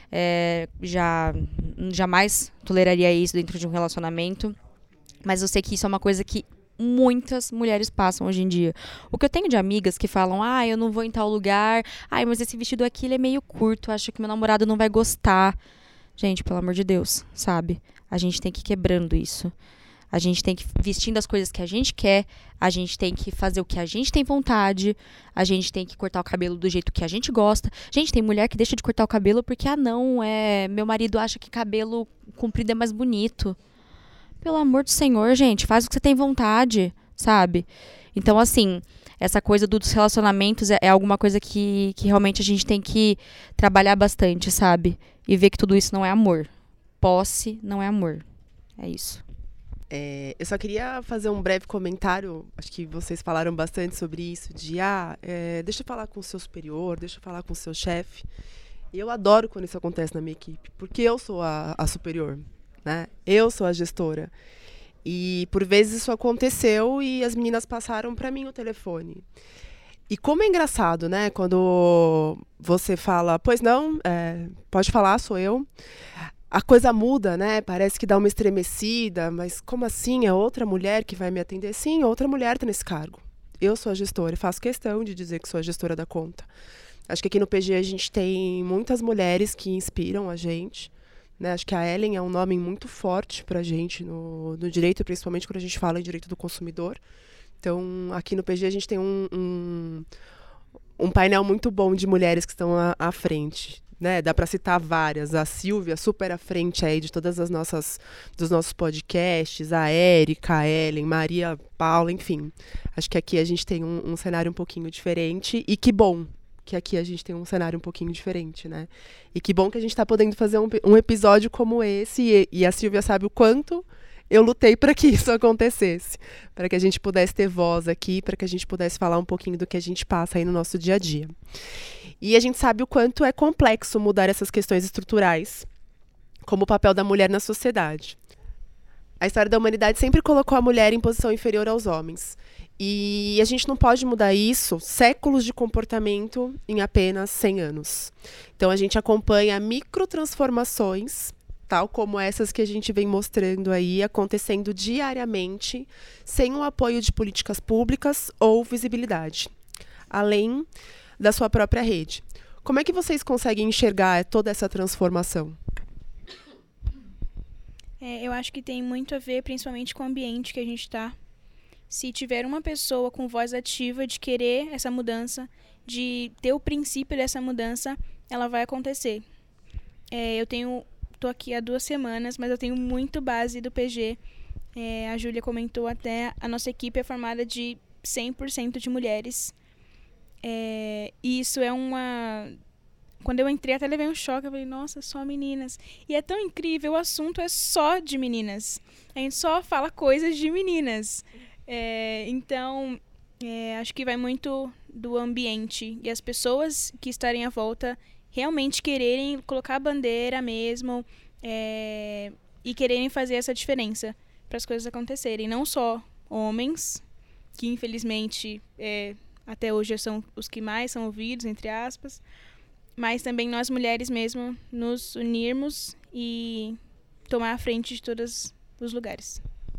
Speaker 4: jamais toleraria isso dentro de um relacionamento, mas eu sei que isso é uma coisa que muitas mulheres passam hoje em dia. O que eu tenho de amigas que falam, eu não vou em tal lugar, mas esse vestido aqui ele é meio curto, acho que meu namorado não vai gostar. Gente, pelo amor de Deus, sabe? A gente tem que ir quebrando isso. A gente tem que ir vestindo as coisas que a gente quer, a gente tem que fazer o que a gente tem vontade, a gente tem que cortar o cabelo do jeito que a gente gosta. Gente, tem mulher que deixa de cortar o cabelo porque, meu marido acha que cabelo comprido é mais bonito. Pelo amor do Senhor, gente, faz o que você tem vontade, sabe? Então, assim, essa coisa dos relacionamentos é alguma coisa que realmente a gente tem que trabalhar bastante, sabe? E ver que tudo isso não é amor. Posse não é amor. É isso.
Speaker 3: Eu só queria fazer um breve comentário, acho que vocês falaram bastante sobre isso, deixa eu falar com o seu superior, deixa eu falar com o seu chefe. E eu adoro quando isso acontece na minha equipe, porque eu sou a superior, né? Eu sou a gestora. E por vezes isso aconteceu e as meninas passaram para mim o telefone. E como é engraçado, né? Quando você fala, pois não, pode falar, sou eu. A coisa muda, né? Parece que dá uma estremecida, mas como assim? É outra mulher que vai me atender? Sim, outra mulher está nesse cargo. Eu sou a gestora e faço questão de dizer que sou a gestora da conta. Acho que aqui no PG a gente tem muitas mulheres que inspiram a gente, né? Acho que a Ellen é um nome muito forte para a gente no direito, principalmente quando a gente fala em direito do consumidor. Então, aqui no PG a gente tem um painel muito bom de mulheres que estão à frente. Né? Dá para citar várias, a Silvia super à frente aí de todas as dos nossos podcasts, a Érica, a Ellen, Maria, Paula, enfim. Acho que aqui a gente tem um cenário um pouquinho diferente e que bom que aqui a gente tem um cenário um pouquinho diferente, né? E que bom que a gente está podendo fazer um episódio como esse e a Silvia sabe o quanto eu lutei para que isso acontecesse, para que a gente pudesse ter voz aqui, para que a gente pudesse falar um pouquinho do que a gente passa aí no nosso dia a dia. E a gente sabe o quanto é complexo mudar essas questões estruturais, como o papel da mulher na sociedade. A história da humanidade sempre colocou a mulher em posição inferior aos homens. E a gente não pode mudar isso, séculos de comportamento, em apenas 100 anos. Então a gente acompanha microtransformações, tal como essas que a gente vem mostrando aí, acontecendo diariamente, sem o apoio de políticas públicas ou visibilidade, além da sua própria rede. Como é que vocês conseguem enxergar toda essa transformação?
Speaker 8: Eu acho que tem muito a ver, principalmente com o ambiente que a gente está. Se tiver uma pessoa com voz ativa de querer essa mudança, de ter o princípio dessa mudança, ela vai acontecer. Tô aqui há 2 semanas, mas eu tenho muito base do PG. A Júlia comentou até, a nossa equipe é formada de 100% de mulheres. E isso é Quando eu entrei, até levei um choque. Eu falei, nossa, só meninas. E é tão incrível, o assunto é só de meninas. A gente só fala coisas de meninas. Então, acho que vai muito do ambiente. E as pessoas que estarem à volta realmente quererem colocar a bandeira mesmo e quererem fazer essa diferença para as coisas acontecerem. Não só homens, que infelizmente até hoje são os que mais são ouvidos, entre aspas, mas também nós mulheres mesmo nos unirmos e tomar a frente de todos os lugares.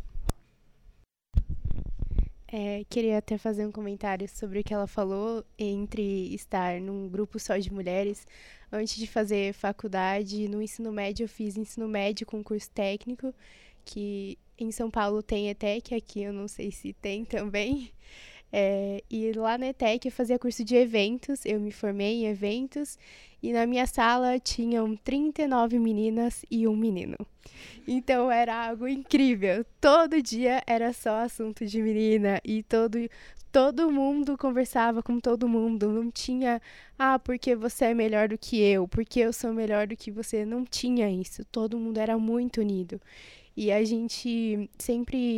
Speaker 11: Queria até fazer um comentário sobre o que ela falou entre estar num grupo só de mulheres. Antes de fazer faculdade, no ensino médio, eu fiz ensino médio com curso técnico, que em São Paulo tem ETEC, aqui eu não sei se tem também. E lá na ETEC eu fazia curso de eventos, eu me formei em eventos, e na minha sala tinham 39 meninas e um menino. Então era algo incrível, todo dia era só assunto de menina, e todo mundo conversava com todo mundo, não tinha, porque você é melhor do que eu, porque eu sou melhor do que você, não tinha isso, todo mundo era muito unido. E a gente sempre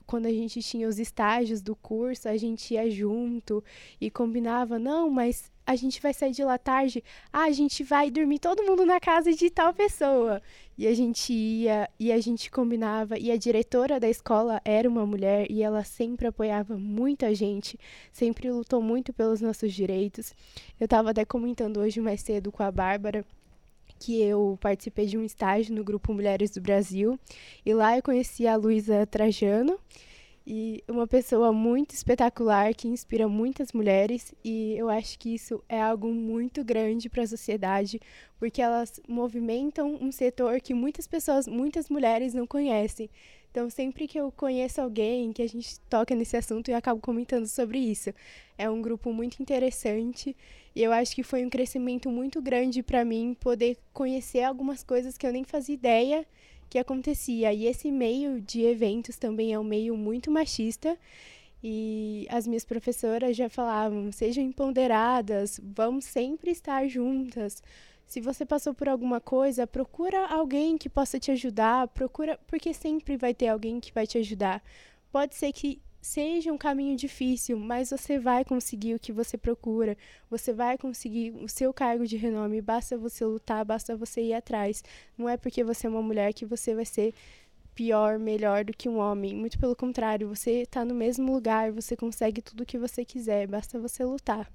Speaker 11: quando a gente tinha os estágios do curso, a gente ia junto e combinava, não, mas a gente vai sair de lá tarde, a gente vai dormir todo mundo na casa de tal pessoa. E a gente ia, e a gente combinava, e a diretora da escola era uma mulher, e ela sempre apoiava muito a gente, sempre lutou muito pelos nossos direitos. Eu estava até comentando hoje mais cedo com a Bárbara, que eu participei de um estágio no Grupo Mulheres do Brasil, e lá eu conheci a Luísa Trajano, e uma pessoa muito espetacular que inspira muitas mulheres, e eu acho que isso é algo muito grande para a sociedade, porque elas movimentam um setor que muitas pessoas, muitas mulheres não conhecem. Então, sempre que eu conheço alguém, que a gente toca nesse assunto, eu acabo comentando sobre isso. É um grupo muito interessante e eu acho que foi um crescimento muito grande para mim poder conhecer algumas coisas que eu nem fazia ideia que acontecia. E esse meio de eventos também é um meio muito machista. E as minhas professoras já falavam, sejam empoderadas, vamos sempre estar juntas. Se você passou por alguma coisa, procura alguém que possa te ajudar, porque sempre vai ter alguém que vai te ajudar. Pode ser que seja um caminho difícil, mas você vai conseguir o que você procura, você vai conseguir o seu cargo de renome, basta você lutar, basta você ir atrás. Não é porque você é uma mulher que você vai ser pior, melhor do que um homem. Muito pelo contrário, você está no mesmo lugar, você consegue tudo o que você quiser, basta você lutar.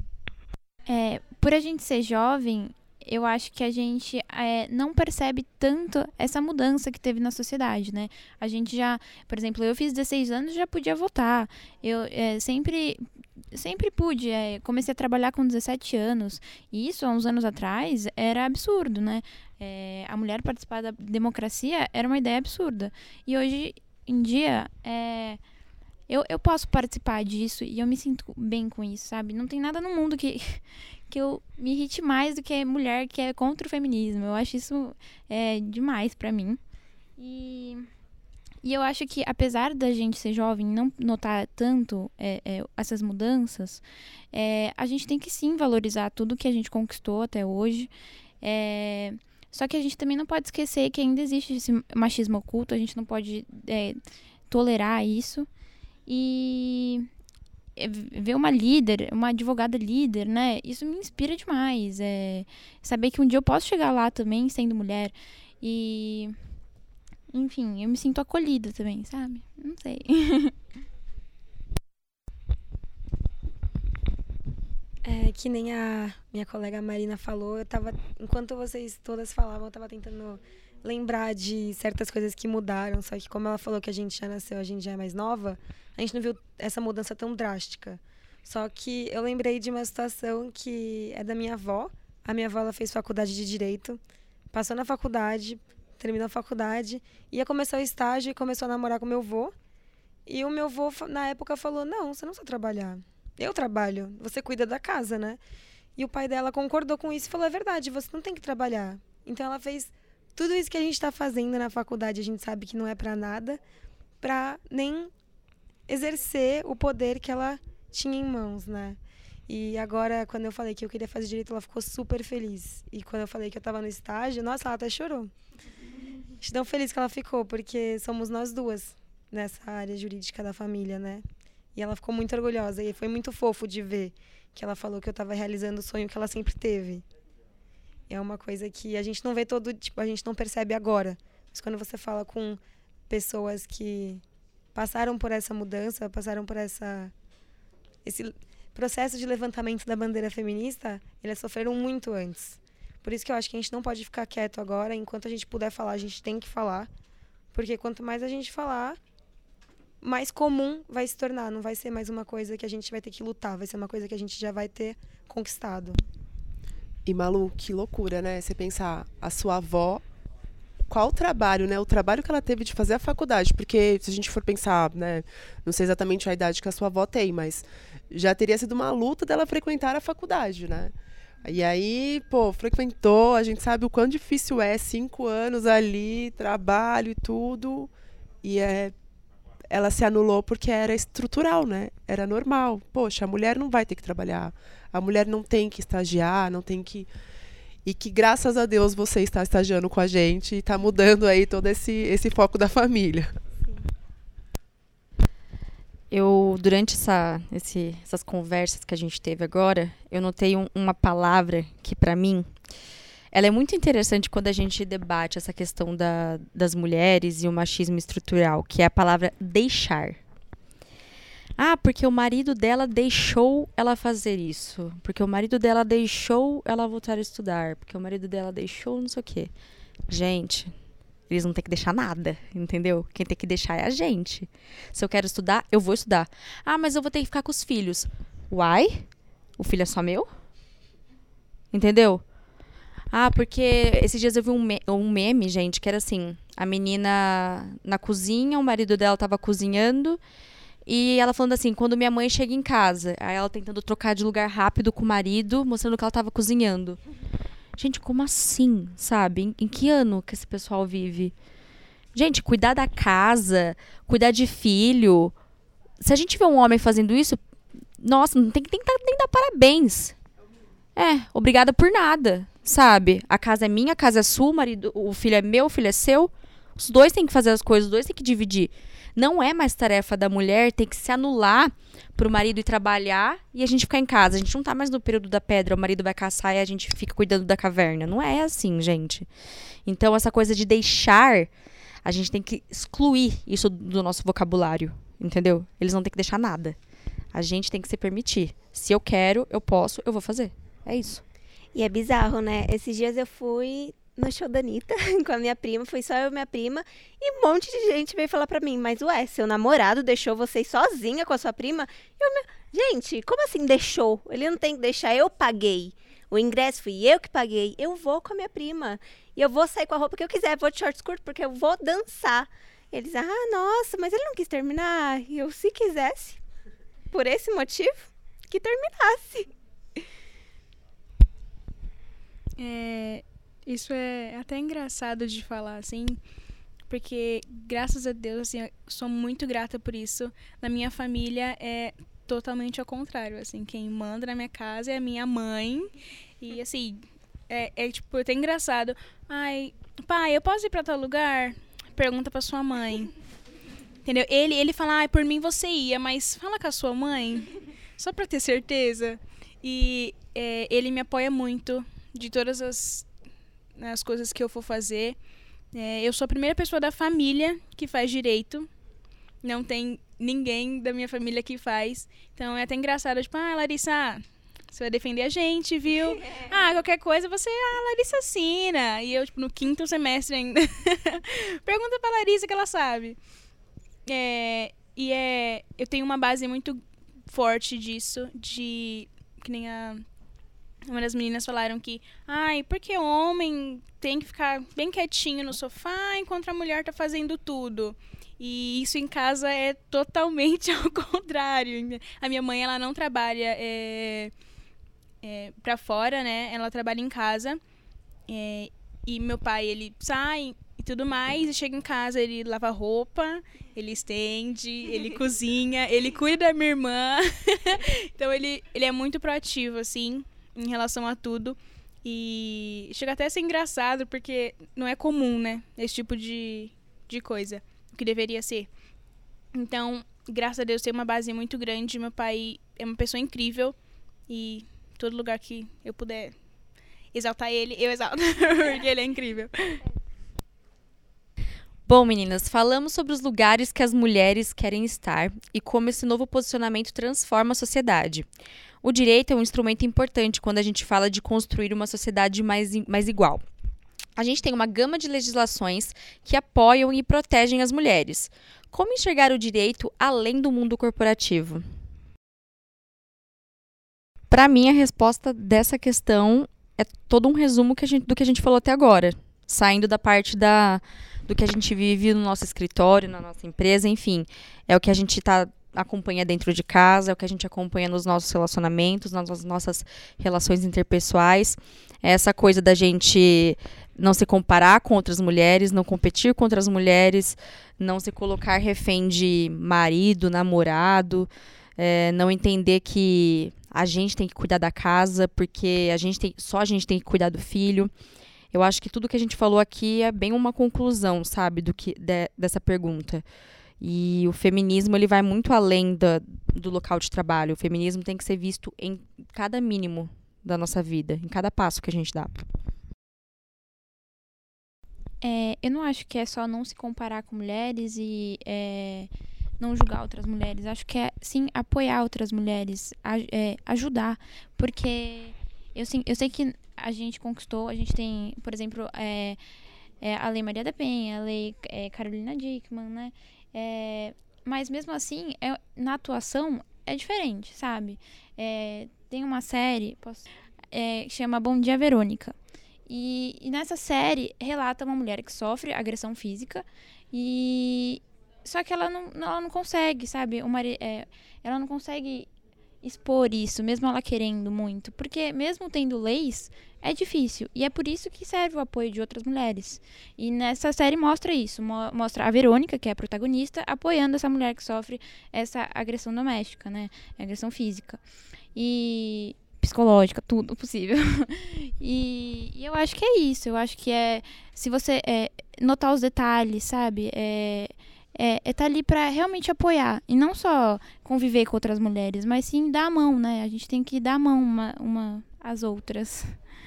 Speaker 9: Por a gente ser jovem, eu acho que a gente não percebe tanto essa mudança que teve na sociedade, né? A gente já, por exemplo, eu fiz 16 anos e já podia votar. Eu sempre pude. Comecei a trabalhar com 17 anos. E isso, há uns anos atrás, era absurdo, né? A mulher participar da democracia era uma ideia absurda. E hoje em dia, eu posso participar disso e eu me sinto bem com isso, sabe? Não tem nada no mundo que eu me irrite mais do que a mulher que é contra o feminismo. Eu acho isso demais pra mim. E eu acho que, apesar da gente ser jovem e não notar tanto essas mudanças, a gente tem que sim valorizar tudo que a gente conquistou até hoje. Só que a gente também não pode esquecer que ainda existe esse machismo oculto, a gente não pode tolerar isso. E ver uma líder, uma advogada líder, né? Isso me inspira demais. Saber que um dia eu posso chegar lá também, sendo mulher. E, enfim, eu me sinto acolhida também, sabe? Não sei.
Speaker 10: Que nem a minha colega Marina falou, enquanto vocês todas falavam, eu tava tentando lembrar de certas coisas que mudaram, só que como ela falou que a gente já nasceu, a gente já é mais nova, a gente não viu essa mudança tão drástica. Só que eu lembrei de uma situação que é da minha avó. A minha avó, ela fez faculdade de Direito, passou na faculdade, terminou a faculdade, ia começar o estágio e começou a namorar com meu avô. E o meu avô, na época, falou, não, você não precisa trabalhar. Eu trabalho, você cuida da casa, né? E o pai dela concordou com isso e falou, é verdade, você não tem que trabalhar. Então ela fez tudo isso que a gente está fazendo na faculdade, a gente sabe que não é para nada, para nem exercer o poder que ela tinha em mãos, né? E agora, quando eu falei que eu queria fazer direito, ela ficou super feliz. E quando eu falei que eu estava no estágio, nossa, ela até chorou. De tão feliz que ela ficou, porque somos nós duas nessa área jurídica da família, né? E ela ficou muito orgulhosa. E foi muito fofo de ver que ela falou que eu estava realizando o sonho que ela sempre teve. É uma coisa que a gente não vê a gente não percebe agora. Mas quando você fala com pessoas que passaram por essa mudança, passaram por esse processo de levantamento da bandeira feminista, eles sofreram muito antes. Por isso que eu acho que a gente não pode ficar quieto agora. Enquanto a gente puder falar, a gente tem que falar. Porque quanto mais a gente falar, mais comum vai se tornar. Não vai ser mais uma coisa que a gente vai ter que lutar. Vai ser uma coisa que a gente já vai ter conquistado.
Speaker 3: E, Malu, que loucura, né? Você pensar, a sua avó, qual o trabalho, né? O trabalho que ela teve de fazer a faculdade. Porque, se a gente for pensar, né? Não sei exatamente a idade que a sua avó tem, mas já teria sido uma luta dela frequentar a faculdade, né? E aí, frequentou, a gente sabe o quão difícil 5 anos ali, trabalho e tudo. E ela se anulou porque era estrutural, né? Era normal. Poxa, a mulher não vai ter que trabalhar. A mulher não tem que estagiar, não tem que... E que, graças a Deus, você está estagiando com a gente e está mudando aí todo esse foco da família.
Speaker 4: durante essas conversas que a gente teve agora, eu notei uma palavra que, para mim, ela é muito interessante quando a gente debate essa questão das mulheres e o machismo estrutural, que é a palavra deixar. Ah, porque o marido dela deixou ela fazer isso. Porque o marido dela deixou ela voltar a estudar. Porque o marido dela deixou não sei o quê. Gente, eles não têm que deixar nada, entendeu? Quem tem que deixar é a gente. Se eu quero estudar, eu vou estudar. Ah, mas eu vou ter que ficar com os filhos. Uai? O filho é só meu? Entendeu? Ah, porque esses dias eu vi um meme, gente, que era assim, a menina na cozinha, o marido dela tava cozinhando, e ela falando assim, quando minha mãe chega em casa, aí ela tentando trocar de lugar rápido com o marido, mostrando que ela tava cozinhando. Gente, como assim, sabe? Em que ano que esse pessoal vive? Gente, cuidar da casa, cuidar de filho. Se a gente vê um homem fazendo isso, nossa, não tem que nem dar parabéns. Obrigada por nada, sabe? A casa é minha, a casa é sua, o filho é meu, o filho é seu. Os dois têm que fazer as coisas, os dois têm que dividir. Não é mais tarefa da mulher, tem que se anular pro marido ir trabalhar e a gente ficar em casa. A gente não tá mais no período da pedra, o marido vai caçar e a gente fica cuidando da caverna. Não é assim, gente. Então, essa coisa de deixar, a gente tem que excluir isso do nosso vocabulário, entendeu? Eles não têm que deixar nada. A gente tem que se permitir. Se eu quero, eu posso, eu vou fazer. É isso.
Speaker 6: E é bizarro, né? Esses dias eu fui no show da Anitta com a minha prima, fui só eu e minha prima, e um monte de gente veio falar pra mim, mas ué, seu namorado deixou vocês sozinha com a sua prima? Gente, como assim deixou? Ele não tem que deixar, eu paguei. O ingresso fui eu que paguei, eu vou com a minha prima. E eu vou sair com a roupa que eu quiser, vou de shorts curtos porque eu vou dançar. Eles, nossa, mas ele não quis terminar. E eu, se quisesse, por esse motivo, que terminasse.
Speaker 8: Isso é até engraçado de falar, assim, porque, graças a Deus, assim, eu sou muito grata por isso. Na minha família é totalmente ao contrário, assim, quem manda na minha casa é a minha mãe. E, assim, tipo, até engraçado. Ai, pai, eu posso ir pra tal lugar? Pergunta pra sua mãe. Entendeu? Ele fala, por mim você ia, mas fala com a sua mãe, só pra ter certeza. E ele me apoia muito de todas as coisas que eu for fazer. Eu sou a primeira pessoa da família que faz direito. Não tem ninguém da minha família que faz. Então é até engraçado, tipo, Larissa, você vai defender a gente, viu? Qualquer coisa você, Larissa assina. E eu, tipo, no 5º semestre ainda. Pergunta pra Larissa que ela sabe. Eu tenho uma base muito forte disso, que nem uma das meninas falaram que, porque o homem tem que ficar bem quietinho no sofá enquanto a mulher tá fazendo tudo. E isso em casa é totalmente ao contrário. A minha mãe, ela não trabalha pra fora, né? Ela trabalha em casa. E meu pai, ele sai e tudo mais, e chega em casa, ele lava roupa, ele estende, ele cozinha, ele cuida da minha irmã. Então ele é muito proativo, assim, em relação a tudo. E chega até a ser engraçado, porque não é comum, né? Esse tipo de coisa, o que deveria ser. Então, graças a Deus, tem uma base muito grande. Meu pai é uma pessoa incrível. E todo lugar que eu puder exaltar ele, eu exalto, porque ele é incrível.
Speaker 4: Bom, meninas, falamos sobre os lugares que as mulheres querem estar e como esse novo posicionamento transforma a sociedade. O direito é um instrumento importante quando a gente fala de construir uma sociedade mais igual. A gente tem uma gama de legislações que apoiam e protegem as mulheres. Como enxergar o direito além do mundo corporativo? Para mim, a resposta dessa questão é todo um resumo do que a gente falou até agora, saindo da parte do que a gente vive no nosso escritório, na nossa empresa, enfim. É o que a gente acompanha dentro de casa, é o que a gente acompanha nos nossos relacionamentos, nas nossas relações interpessoais. É essa coisa da gente não se comparar com outras mulheres, não competir com outras mulheres, não se colocar refém de marido, namorado, não entender que a gente tem que cuidar da casa, porque só a gente tem que cuidar do filho. Eu acho que tudo que a gente falou aqui é bem uma conclusão, sabe, dessa pergunta. E o feminismo, ele vai muito além do local de trabalho. O feminismo tem que ser visto em cada mínimo da nossa vida, em cada passo que a gente dá.
Speaker 9: Eu não acho que é só não se comparar com mulheres e não julgar outras mulheres. Acho que é, sim, apoiar outras mulheres, ajudar. Porque eu sei que a gente conquistou, a gente tem, por exemplo, a Lei Maria da Penha, a Lei Carolina Dickmann, né? Mas mesmo assim, na atuação é diferente, sabe? Tem uma série que chama Bom Dia, Verônica. E nessa série relata uma mulher que sofre agressão física só que ela não consegue, sabe? Ela não consegue expor isso, mesmo ela querendo muito. Porque mesmo tendo leis, é difícil. E é por isso que serve o apoio de outras mulheres. E nessa série mostra isso. Mostra a Verônica, que é a protagonista, apoiando essa mulher que sofre essa agressão doméstica, né? Agressão física. E psicológica, tudo possível. E eu acho que é isso. Eu acho que se você notar os detalhes, sabe? Tá ali pra realmente apoiar. E não só conviver com outras mulheres, mas sim dar a mão, né? A gente tem que dar a mão uma às outras.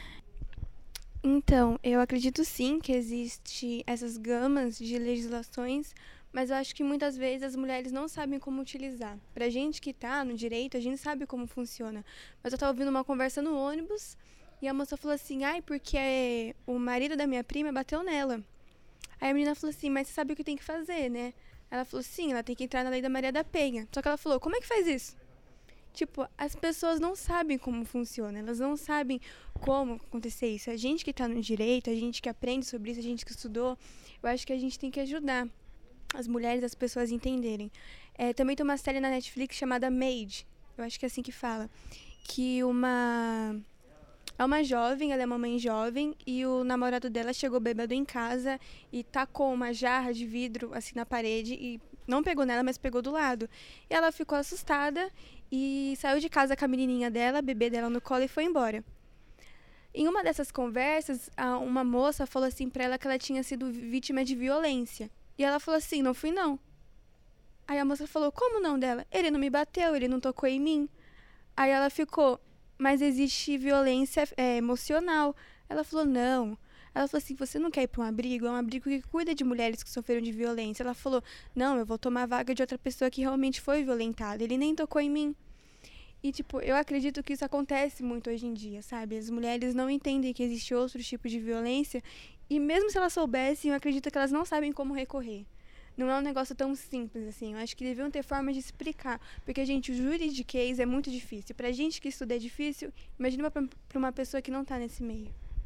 Speaker 7: Então, eu acredito sim que existe essas gamas de legislações, mas eu acho que muitas vezes as mulheres não sabem como utilizar. Pra gente que tá no direito, a gente sabe como funciona. Mas eu tava ouvindo uma conversa no ônibus e a moça falou assim, porque o marido da minha prima bateu nela. Aí a menina falou assim, mas você sabe o que tem que fazer, né? Ela falou, sim, ela tem que entrar na Lei da Maria da Penha. Só que ela falou, como é que faz isso? Tipo, as pessoas não sabem como funciona, elas não sabem como acontecer isso. A gente que tá no direito, a gente que aprende sobre isso, a gente que estudou, eu acho que a gente tem que ajudar as mulheres, as pessoas a entenderem. Também tem uma série na Netflix chamada Maid, eu acho que é assim que fala, que é uma jovem, ela é uma mãe jovem, e o namorado dela chegou bêbado em casa e tacou uma jarra de vidro assim na parede e não pegou nela, mas pegou do lado. E ela ficou assustada e saiu de casa com a menininha dela, a bebê dela no colo, e foi embora. Em uma dessas conversas, uma moça falou assim pra ela que ela tinha sido vítima de violência. E ela falou assim, não fui não. Aí a moça falou, como não dela? Ele não me bateu, ele não tocou em mim. Aí ela ficou, mas existe violência emocional. Ela falou, não. Ela falou assim, você não quer ir para um abrigo? É um abrigo que cuida de mulheres que sofreram de violência. Ela falou, não, eu vou tomar a vaga de outra pessoa que realmente foi violentada. Ele nem tocou em mim. E, tipo, eu acredito que isso acontece muito hoje em dia, sabe? As mulheres não entendem que existe outro tipo de violência. E mesmo se elas soubessem, eu acredito que elas não sabem como recorrer. Não é um negócio tão simples assim. Eu acho que deviam ter formas de explicar. Porque, gente, o juridiquês é muito difícil. Pra gente que estuda é difícil, imagina pra uma pessoa que não tá nesse meio.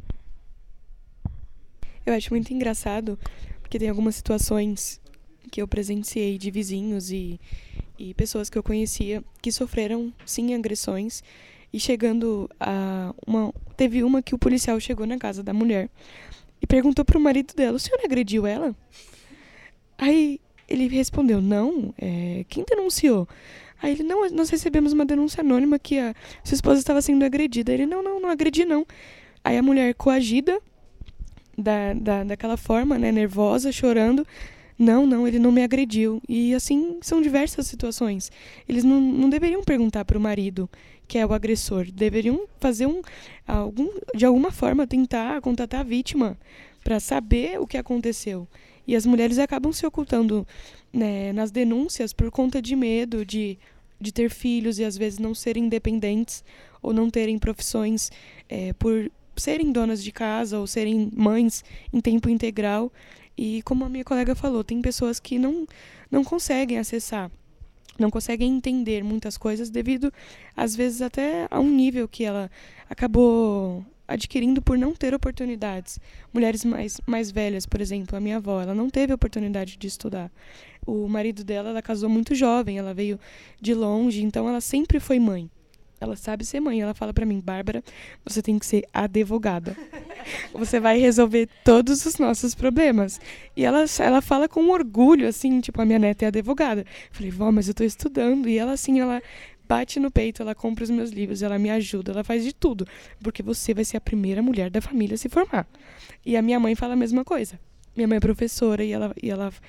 Speaker 5: Eu acho muito engraçado, porque tem algumas situações que eu presenciei de vizinhos e pessoas que eu conhecia que sofreram, sim, agressões. E chegando teve uma que o policial chegou na casa da mulher e perguntou pro marido dela, o senhor agrediu ela? Aí ele respondeu, não, quem denunciou? Aí ele, não, nós recebemos uma denúncia anônima que a sua esposa estava sendo agredida. Ele, não agredi não. Aí a mulher coagida, daquela forma, né, nervosa, chorando, não, ele não me agrediu. E assim, são diversas situações. Eles não deveriam perguntar para o marido, que é o agressor, deveriam fazer de alguma forma tentar contatar a vítima para saber o que aconteceu. E as mulheres acabam se ocultando, né, nas denúncias por conta de medo de ter filhos e às vezes não serem independentes ou não terem profissões por serem donas de casa ou serem mães em tempo integral. E como a minha colega falou, tem pessoas que não conseguem acessar, não conseguem entender muitas coisas devido, às vezes, até a um nível que ela acabou adquirindo por não ter oportunidades. Mulheres mais velhas, por exemplo, a minha avó, ela não teve oportunidade de estudar. O marido dela, ela casou muito jovem, ela veio de longe, então ela sempre foi mãe. Ela sabe ser mãe. Ela fala pra mim, Bárbara, você tem que ser advogada. Você vai resolver todos os nossos problemas. E ela fala com orgulho, assim, tipo, a minha neta é advogada. Eu falei, vó, mas eu tô estudando. E ela, assim, ela bate no peito, ela compra os meus livros, ela me ajuda, ela faz de tudo. Porque você vai ser a primeira mulher da família a se formar. E a minha mãe fala a mesma coisa. Minha mãe é professora e ela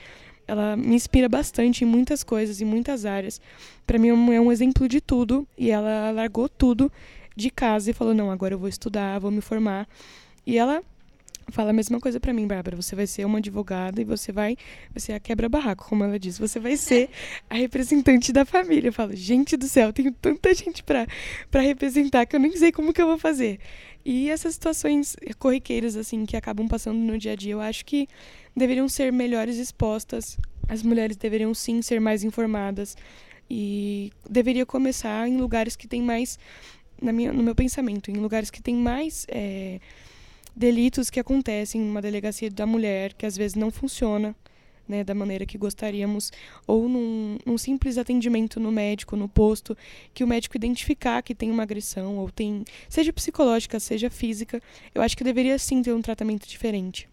Speaker 5: ela me inspira bastante em muitas coisas, em muitas áreas. Para mim é um exemplo de tudo, e ela largou tudo de casa e falou, não, agora eu vou estudar, vou me formar. E ela fala a mesma coisa para mim, Bárbara, você vai ser uma advogada e você vai ser a quebra-barraco, como ela diz, você vai ser a representante da família. Eu falo, gente do céu, tenho tanta gente para representar que eu nem sei como que eu vou fazer. E essas situações corriqueiras, assim, que acabam passando no dia a dia, eu acho que deveriam ser melhores expostas, as mulheres deveriam sim ser mais informadas e deveria começar em lugares que tem mais, no meu pensamento, em lugares que tem mais delitos que acontecem numa delegacia da mulher, que às vezes não funciona, né, da maneira que gostaríamos, ou num simples atendimento no médico, no posto, que o médico identificar que tem uma agressão, ou tem, seja psicológica, seja física, eu acho que deveria sim ter um tratamento diferente.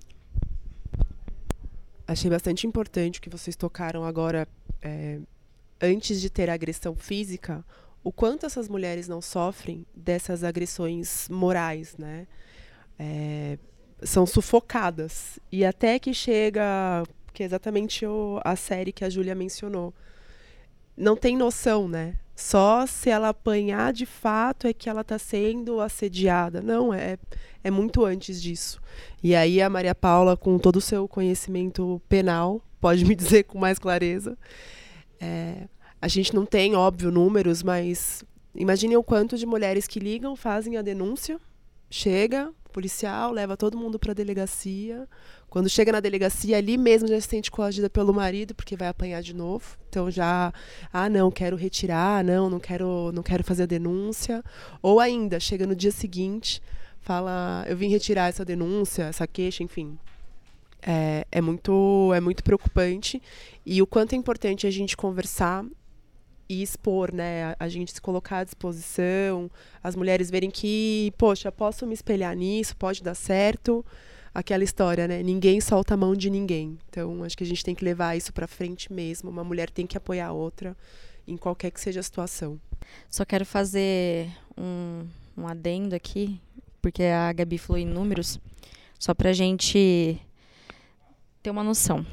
Speaker 3: Achei bastante importante o que vocês tocaram agora, antes de ter a agressão física, o quanto essas mulheres não sofrem dessas agressões morais, né? São sufocadas. E até que chega, que é exatamente a série que a Júlia mencionou, não tem noção, né? Só se ela apanhar de fato é que ela está sendo assediada. Não, é muito antes disso. E aí a Maria Paula, com todo o seu conhecimento penal, pode me dizer com mais clareza. A gente não tem, óbvio, números, mas imaginem o quanto de mulheres que ligam, fazem a denúncia, chega, policial, leva todo mundo para a delegacia. Quando chega na delegacia, ali mesmo já se sente coagida pelo marido, porque vai apanhar de novo. Então já, não, quero retirar, não quero fazer a denúncia. Ou ainda, chega no dia seguinte, fala, eu vim retirar essa denúncia, essa queixa, enfim. É muito preocupante. E o quanto é importante a gente conversar e expor, né? A gente se colocar à disposição, as mulheres verem que, poxa, posso me espelhar nisso, pode dar certo. Aquela história, né? Ninguém solta a mão de ninguém. Então, acho que a gente tem que levar isso pra frente mesmo. Uma mulher tem que apoiar a outra em qualquer que seja a situação.
Speaker 4: Só quero fazer um adendo aqui, porque a Gabi falou em números, só pra gente ter uma noção.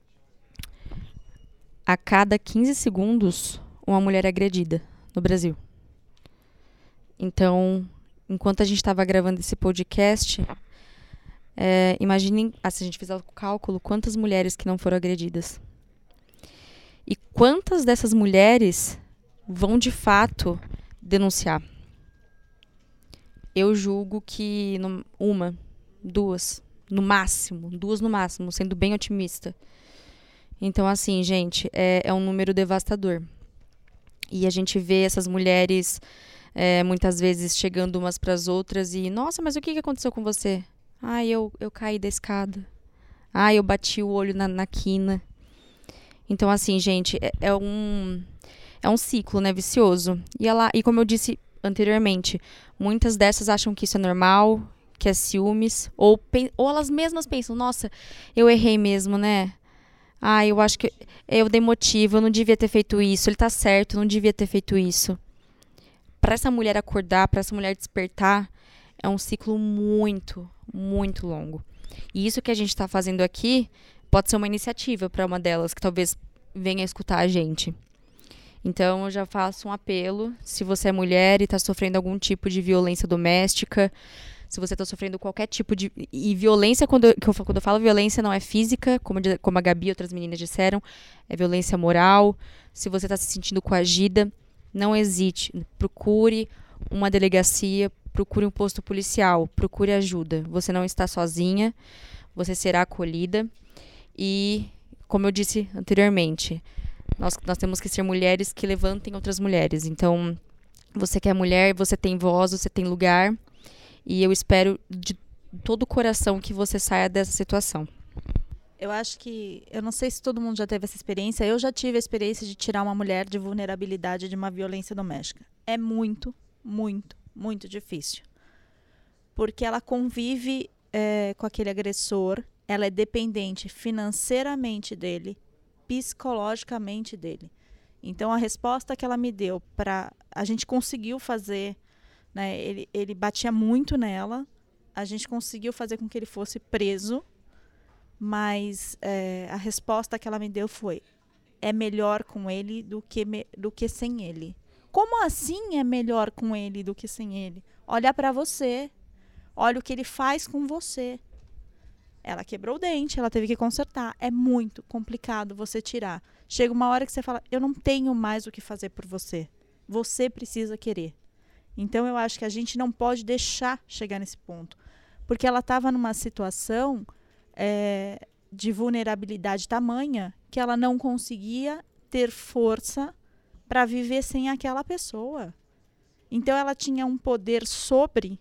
Speaker 4: A cada 15 segundos, uma mulher é agredida no Brasil. Então, enquanto a gente estava gravando esse podcast, imaginem, se a gente fizer o cálculo, quantas mulheres que não foram agredidas. E quantas dessas mulheres vão, de fato, denunciar. Eu julgo que duas no máximo, sendo bem otimista. Então, assim, gente, é um número devastador. E a gente vê essas mulheres, muitas vezes, chegando umas para as outras e, nossa, mas o que aconteceu com você? Eu caí da escada. Eu bati o olho na quina. Então, assim, gente, é um ciclo, né, vicioso. E como eu disse anteriormente, muitas dessas acham que isso é normal, que é ciúmes, ou elas mesmas pensam, nossa, eu errei mesmo, né? Eu acho que eu dei motivo, eu não devia ter feito isso, ele tá certo, eu não devia ter feito isso. Para essa mulher acordar, para essa mulher despertar, é um ciclo muito, muito longo. E isso que a gente está fazendo aqui pode ser uma iniciativa para uma delas, que talvez venha escutar a gente. Então, eu já faço um apelo, se você é mulher e está sofrendo algum tipo de violência doméstica, se você está sofrendo qualquer tipo de... E violência, quando eu falo violência, não é física, como a Gabi e outras meninas disseram, é violência moral. Se você está se sentindo coagida, não hesite. Procure uma delegacia, procure um posto policial, procure ajuda. Você não está sozinha, você será acolhida. E, como eu disse anteriormente, nós temos que ser mulheres que levantem outras mulheres. Então, você que é mulher, você tem voz, você tem lugar. E eu espero de todo o coração que você saia dessa situação.
Speaker 2: Eu acho que, eu não sei se todo mundo já teve essa experiência, eu já tive a experiência de tirar uma mulher de vulnerabilidade de uma violência doméstica. É muito, muito, muito difícil. Porque ela convive com aquele agressor, ela é dependente financeiramente dele, psicologicamente dele. Então, a resposta que ela me deu a gente conseguiu fazer, né, ele batia muito nela, a gente conseguiu fazer com que ele fosse preso, mas a resposta que ela me deu foi: é melhor com ele do que sem ele. Como assim é melhor com ele do que sem ele? Olha para você. Olha o que ele faz com você. Ela quebrou o dente, ela teve que consertar. É muito complicado você tirar. Chega uma hora que você fala: eu não tenho mais o que fazer por você. Você precisa querer. Então, eu acho que a gente não pode deixar chegar nesse ponto. Porque ela estava numa situação de vulnerabilidade tamanha que ela não conseguia ter força para viver sem aquela pessoa. Então, ela tinha um poder sobre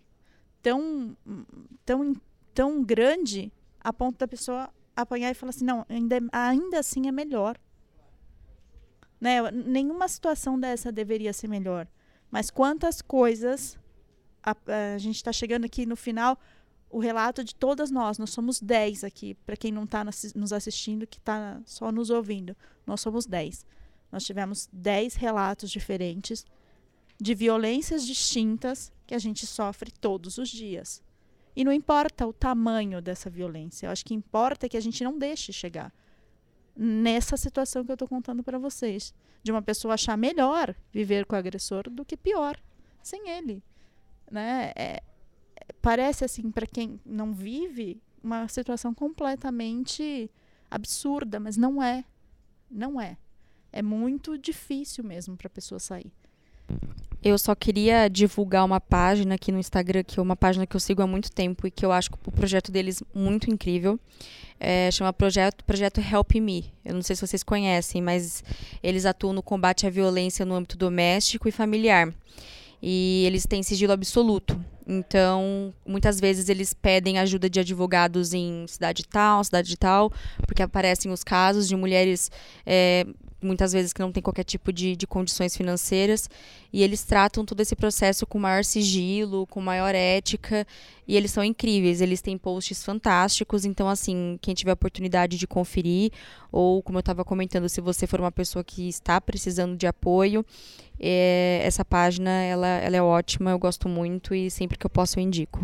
Speaker 2: tão grande a ponto da pessoa apanhar e falar assim: não, ainda assim é melhor. Né? Nenhuma situação dessa deveria ser melhor. Mas quantas coisas... A gente está chegando aqui no final, o relato de todas nós somos 10 aqui, para quem não está nos assistindo, que está só nos ouvindo. Nós somos 10. Nós tivemos 10 relatos diferentes de violências distintas que a gente sofre todos os dias. E não importa o tamanho dessa violência. Eu acho que importa que a gente não deixe chegar nessa situação que eu estou contando para vocês. De uma pessoa achar melhor viver com o agressor do que pior, sem ele. Né? Parece, assim, para quem não vive, uma situação completamente absurda, mas não é. Não é. É muito difícil mesmo para a pessoa sair.
Speaker 4: Eu só queria divulgar uma página aqui no Instagram, que é uma página que eu sigo há muito tempo e que eu acho o projeto deles muito incrível. Chama Projeto Help Me. Eu não sei se vocês conhecem, mas eles atuam no combate à violência no âmbito doméstico e familiar. E eles têm sigilo absoluto. Então, muitas vezes eles pedem ajuda de advogados em cidade tal, porque aparecem os casos de mulheres... muitas vezes que não tem qualquer tipo de condições financeiras, e eles tratam todo esse processo com maior sigilo, com maior ética, e eles são incríveis, eles têm posts fantásticos. Então, assim, quem tiver a oportunidade de conferir, ou, como eu estava comentando, se você for uma pessoa que está precisando de apoio, essa página, ela é ótima, eu gosto muito, e sempre que eu posso eu indico.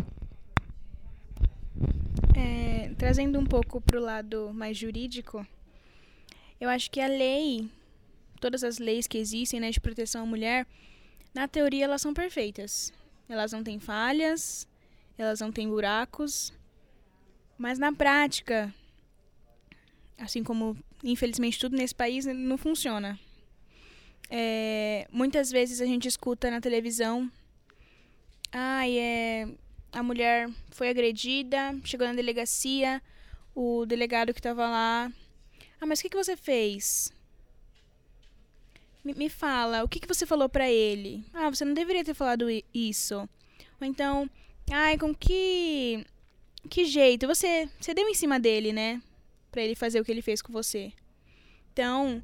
Speaker 8: Trazendo um pouco para o lado mais jurídico, eu acho que a lei, todas as leis que existem, né, de proteção à mulher, na teoria elas são perfeitas. Elas não têm falhas, elas não têm buracos, mas na prática, assim como infelizmente tudo nesse país, não funciona. Muitas vezes a gente escuta na televisão: a mulher foi agredida, chegou na delegacia, o delegado que estava lá: mas o que você fez? Me fala, o que você falou pra ele? Você não deveria ter falado isso. Ou então, com que jeito? Você deu em cima dele, né? Pra ele fazer o que ele fez com você. Então,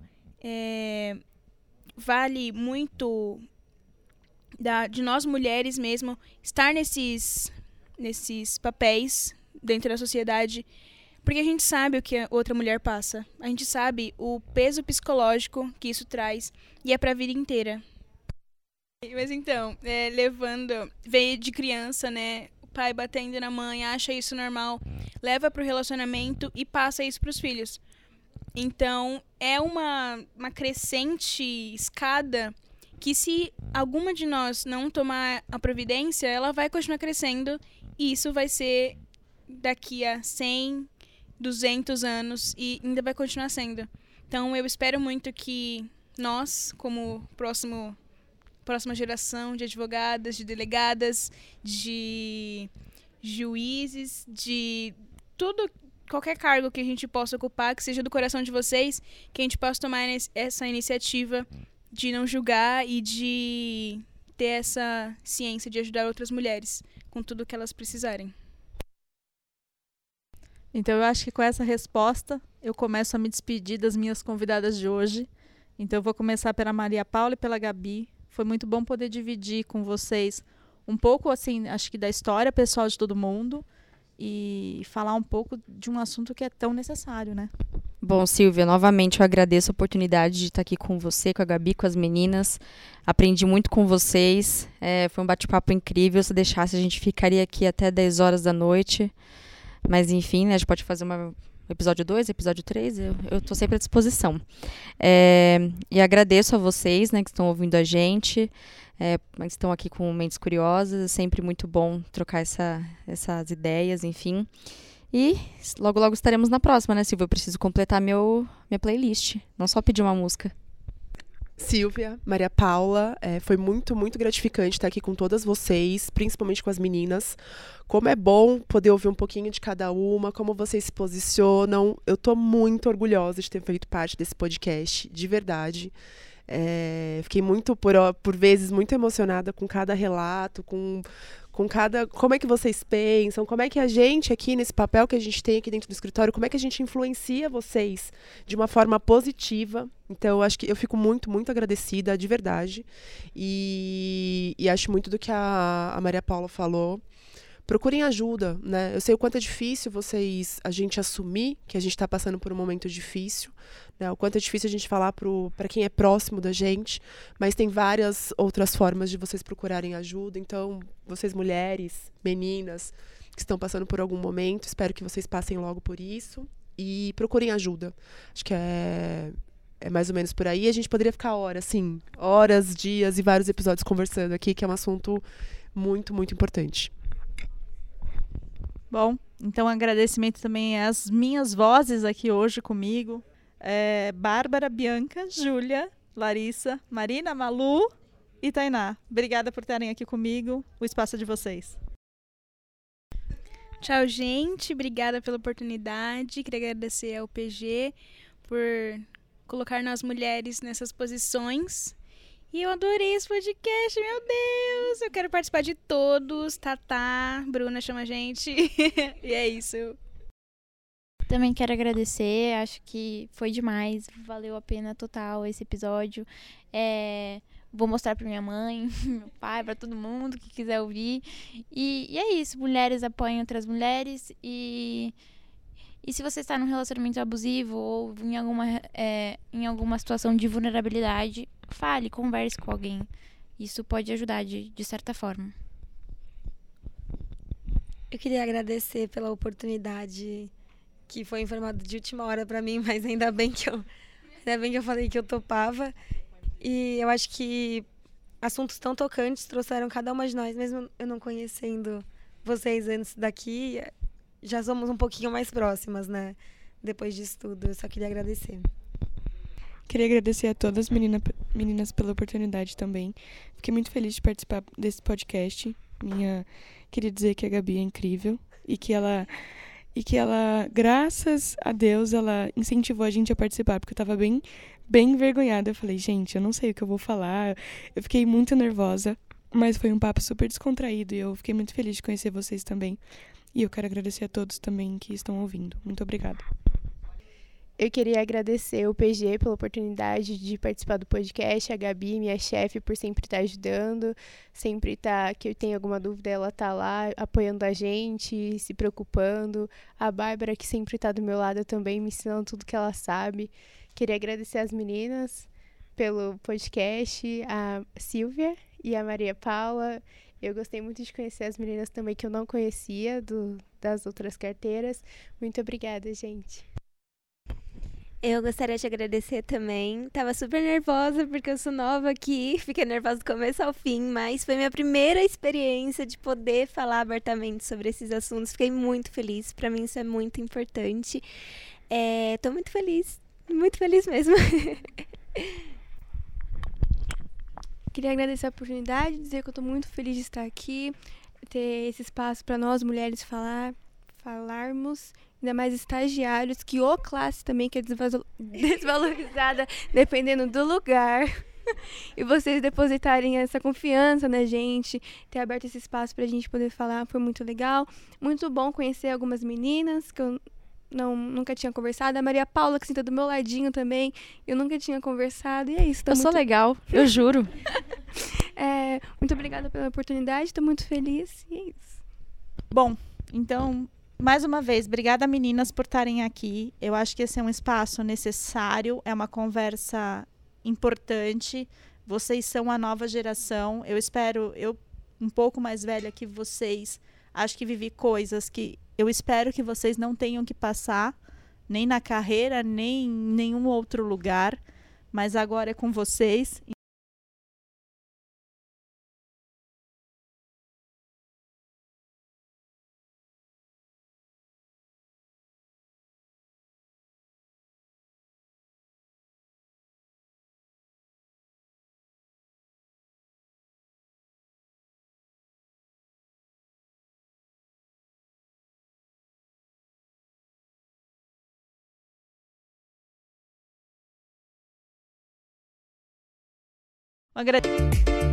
Speaker 8: vale muito de nós mulheres mesmo estar nesses papéis dentro da sociedade, porque a gente sabe o que a outra mulher passa. A gente sabe o peso psicológico que isso traz, e é pra vida inteira. Mas então, veio de criança, né? O pai batendo na mãe, acha isso normal, leva pro relacionamento e passa isso pros filhos. Então, é uma crescente escada que, se alguma de nós não tomar a providência, ela vai continuar crescendo, e isso vai ser daqui a 100, 200 anos, e ainda vai continuar sendo. Então, eu espero muito que nós, como próxima geração de advogadas, de delegadas, de juízes, de tudo, qualquer cargo que a gente possa ocupar, que seja do coração de vocês, que a gente possa tomar essa iniciativa de não julgar e de ter essa ciência de ajudar outras mulheres com tudo que elas precisarem.
Speaker 2: Então, eu acho que com essa resposta, eu começo a me despedir das minhas convidadas de hoje. Então, eu vou começar pela Maria Paula e pela Gabi. Foi muito bom poder dividir com vocês um pouco, assim, acho que da história pessoal de todo mundo, e falar um pouco de um assunto que é tão necessário, né?
Speaker 4: Bom, Silvia, novamente eu agradeço a oportunidade de estar aqui com você, com a Gabi, com as meninas. Aprendi muito com vocês. Foi um bate-papo incrível. Se deixasse, a gente ficaria aqui até 10 horas da noite. Mas, enfim, né, a gente pode fazer episódio 2, episódio 3, eu tô sempre à disposição. E agradeço a vocês, né, que estão ouvindo a gente, que estão aqui com Mentes Curiosas. É sempre muito bom trocar essas ideias, enfim. E logo, logo estaremos na próxima, né, Silvia? Eu preciso completar minha playlist, não só pedir uma música.
Speaker 3: Silvia, Maria Paula, foi muito, muito gratificante estar aqui com todas vocês, principalmente com as meninas. Como é bom poder ouvir um pouquinho de cada uma, como vocês se posicionam. Eu estou muito orgulhosa de ter feito parte desse podcast, de verdade. Fiquei muito, por vezes, muito emocionada com cada relato, com cada... Como é que vocês pensam, como é que a gente aqui, nesse papel que a gente tem aqui dentro do escritório, como é que a gente influencia vocês de uma forma positiva. Então, acho que eu fico muito, muito agradecida, de verdade. E acho muito do que a Maria Paula falou. Procurem ajuda, né? Eu sei o quanto é difícil a gente assumir que a gente está passando por um momento difícil, né? O quanto é difícil a gente falar para quem é próximo da gente, mas tem várias outras formas de vocês procurarem ajuda. Então, vocês mulheres, meninas que estão passando por algum momento, espero que vocês passem logo por isso e procurem ajuda. Acho que é mais ou menos por aí. A gente poderia ficar horas, dias e vários episódios conversando aqui, que é um assunto muito, muito importante.
Speaker 2: Bom, então agradecimento também às minhas vozes aqui hoje comigo. Bárbara, Bianca, Júlia, Larissa, Marina, Malu e Tainá. Obrigada por estarem aqui comigo. O espaço é de vocês.
Speaker 8: Tchau, gente. Obrigada pela oportunidade. Queria agradecer ao PG por colocar nós mulheres nessas posições. E eu adorei esse podcast, meu Deus! Eu quero participar de todos. Tatá, Bruna chama a gente. E é isso.
Speaker 9: Também quero agradecer, acho que foi demais, valeu a pena total esse episódio. Vou mostrar pra minha mãe, meu pai, pra todo mundo que quiser ouvir. E é isso, mulheres apoiam outras mulheres e se você está num relacionamento abusivo ou em alguma situação de vulnerabilidade, fale, converse com alguém. Isso pode ajudar de certa forma.
Speaker 10: Eu queria agradecer pela oportunidade que foi informada de última hora para mim, mas ainda bem que eu falei que eu topava. E eu acho que assuntos tão tocantes trouxeram cada uma de nós, mesmo eu não conhecendo vocês antes daqui, já somos um pouquinho mais próximas, né? Depois disso tudo, eu só queria agradecer.
Speaker 5: Queria agradecer a todas as meninas pela oportunidade também. Fiquei muito feliz de participar desse podcast. Queria dizer que a Gabi é incrível e que ela, graças a Deus, ela incentivou a gente a participar, porque eu tava bem, bem envergonhada. Eu falei, gente, eu não sei o que eu vou falar. Eu fiquei muito nervosa, mas foi um papo super descontraído e eu fiquei muito feliz de conhecer vocês também. E eu quero agradecer a todos também que estão ouvindo. Muito obrigada.
Speaker 11: Eu queria agradecer o PG pela oportunidade de participar do podcast, a Gabi, minha chefe, por sempre estar ajudando, sempre que eu tenho alguma dúvida, ela tá lá apoiando a gente, se preocupando. A Bárbara, que sempre tá do meu lado também, me ensinando tudo que ela sabe. Queria agradecer as meninas pelo podcast, a Silvia e a Maria Paula. Eu gostei muito de conhecer as meninas também que eu não conhecia das outras carteiras. Muito obrigada, gente.
Speaker 6: Eu gostaria de agradecer também. Tava super nervosa porque eu sou nova aqui, fiquei nervosa do começo ao fim, mas foi minha primeira experiência de poder falar abertamente sobre esses assuntos. Fiquei muito feliz, pra mim isso é muito importante. Tô muito feliz mesmo.
Speaker 7: Queria agradecer a oportunidade, dizer que eu tô muito feliz de estar aqui, ter esse espaço para nós mulheres falarmos. Ainda mais estagiários, que ou classe também, que é desvalorizada dependendo do lugar. E vocês depositarem essa confiança na gente, ter aberto esse espaço pra gente poder falar, foi muito legal. Muito bom conhecer algumas meninas que eu nunca tinha conversado. A Maria Paula, que senta do meu ladinho também, eu nunca tinha conversado. E é isso.
Speaker 4: Eu sou legal, eu juro.
Speaker 7: Muito obrigada pela oportunidade, tô muito feliz. E é isso.
Speaker 2: Bom, então... Mais uma vez, obrigada meninas por estarem aqui. Eu acho que esse é um espaço necessário, é uma conversa importante. Vocês são a nova geração. Eu um pouco mais velha que vocês, acho que vivi coisas que eu espero que vocês não tenham que passar, nem na carreira, nem em nenhum outro lugar, mas agora é com vocês. Um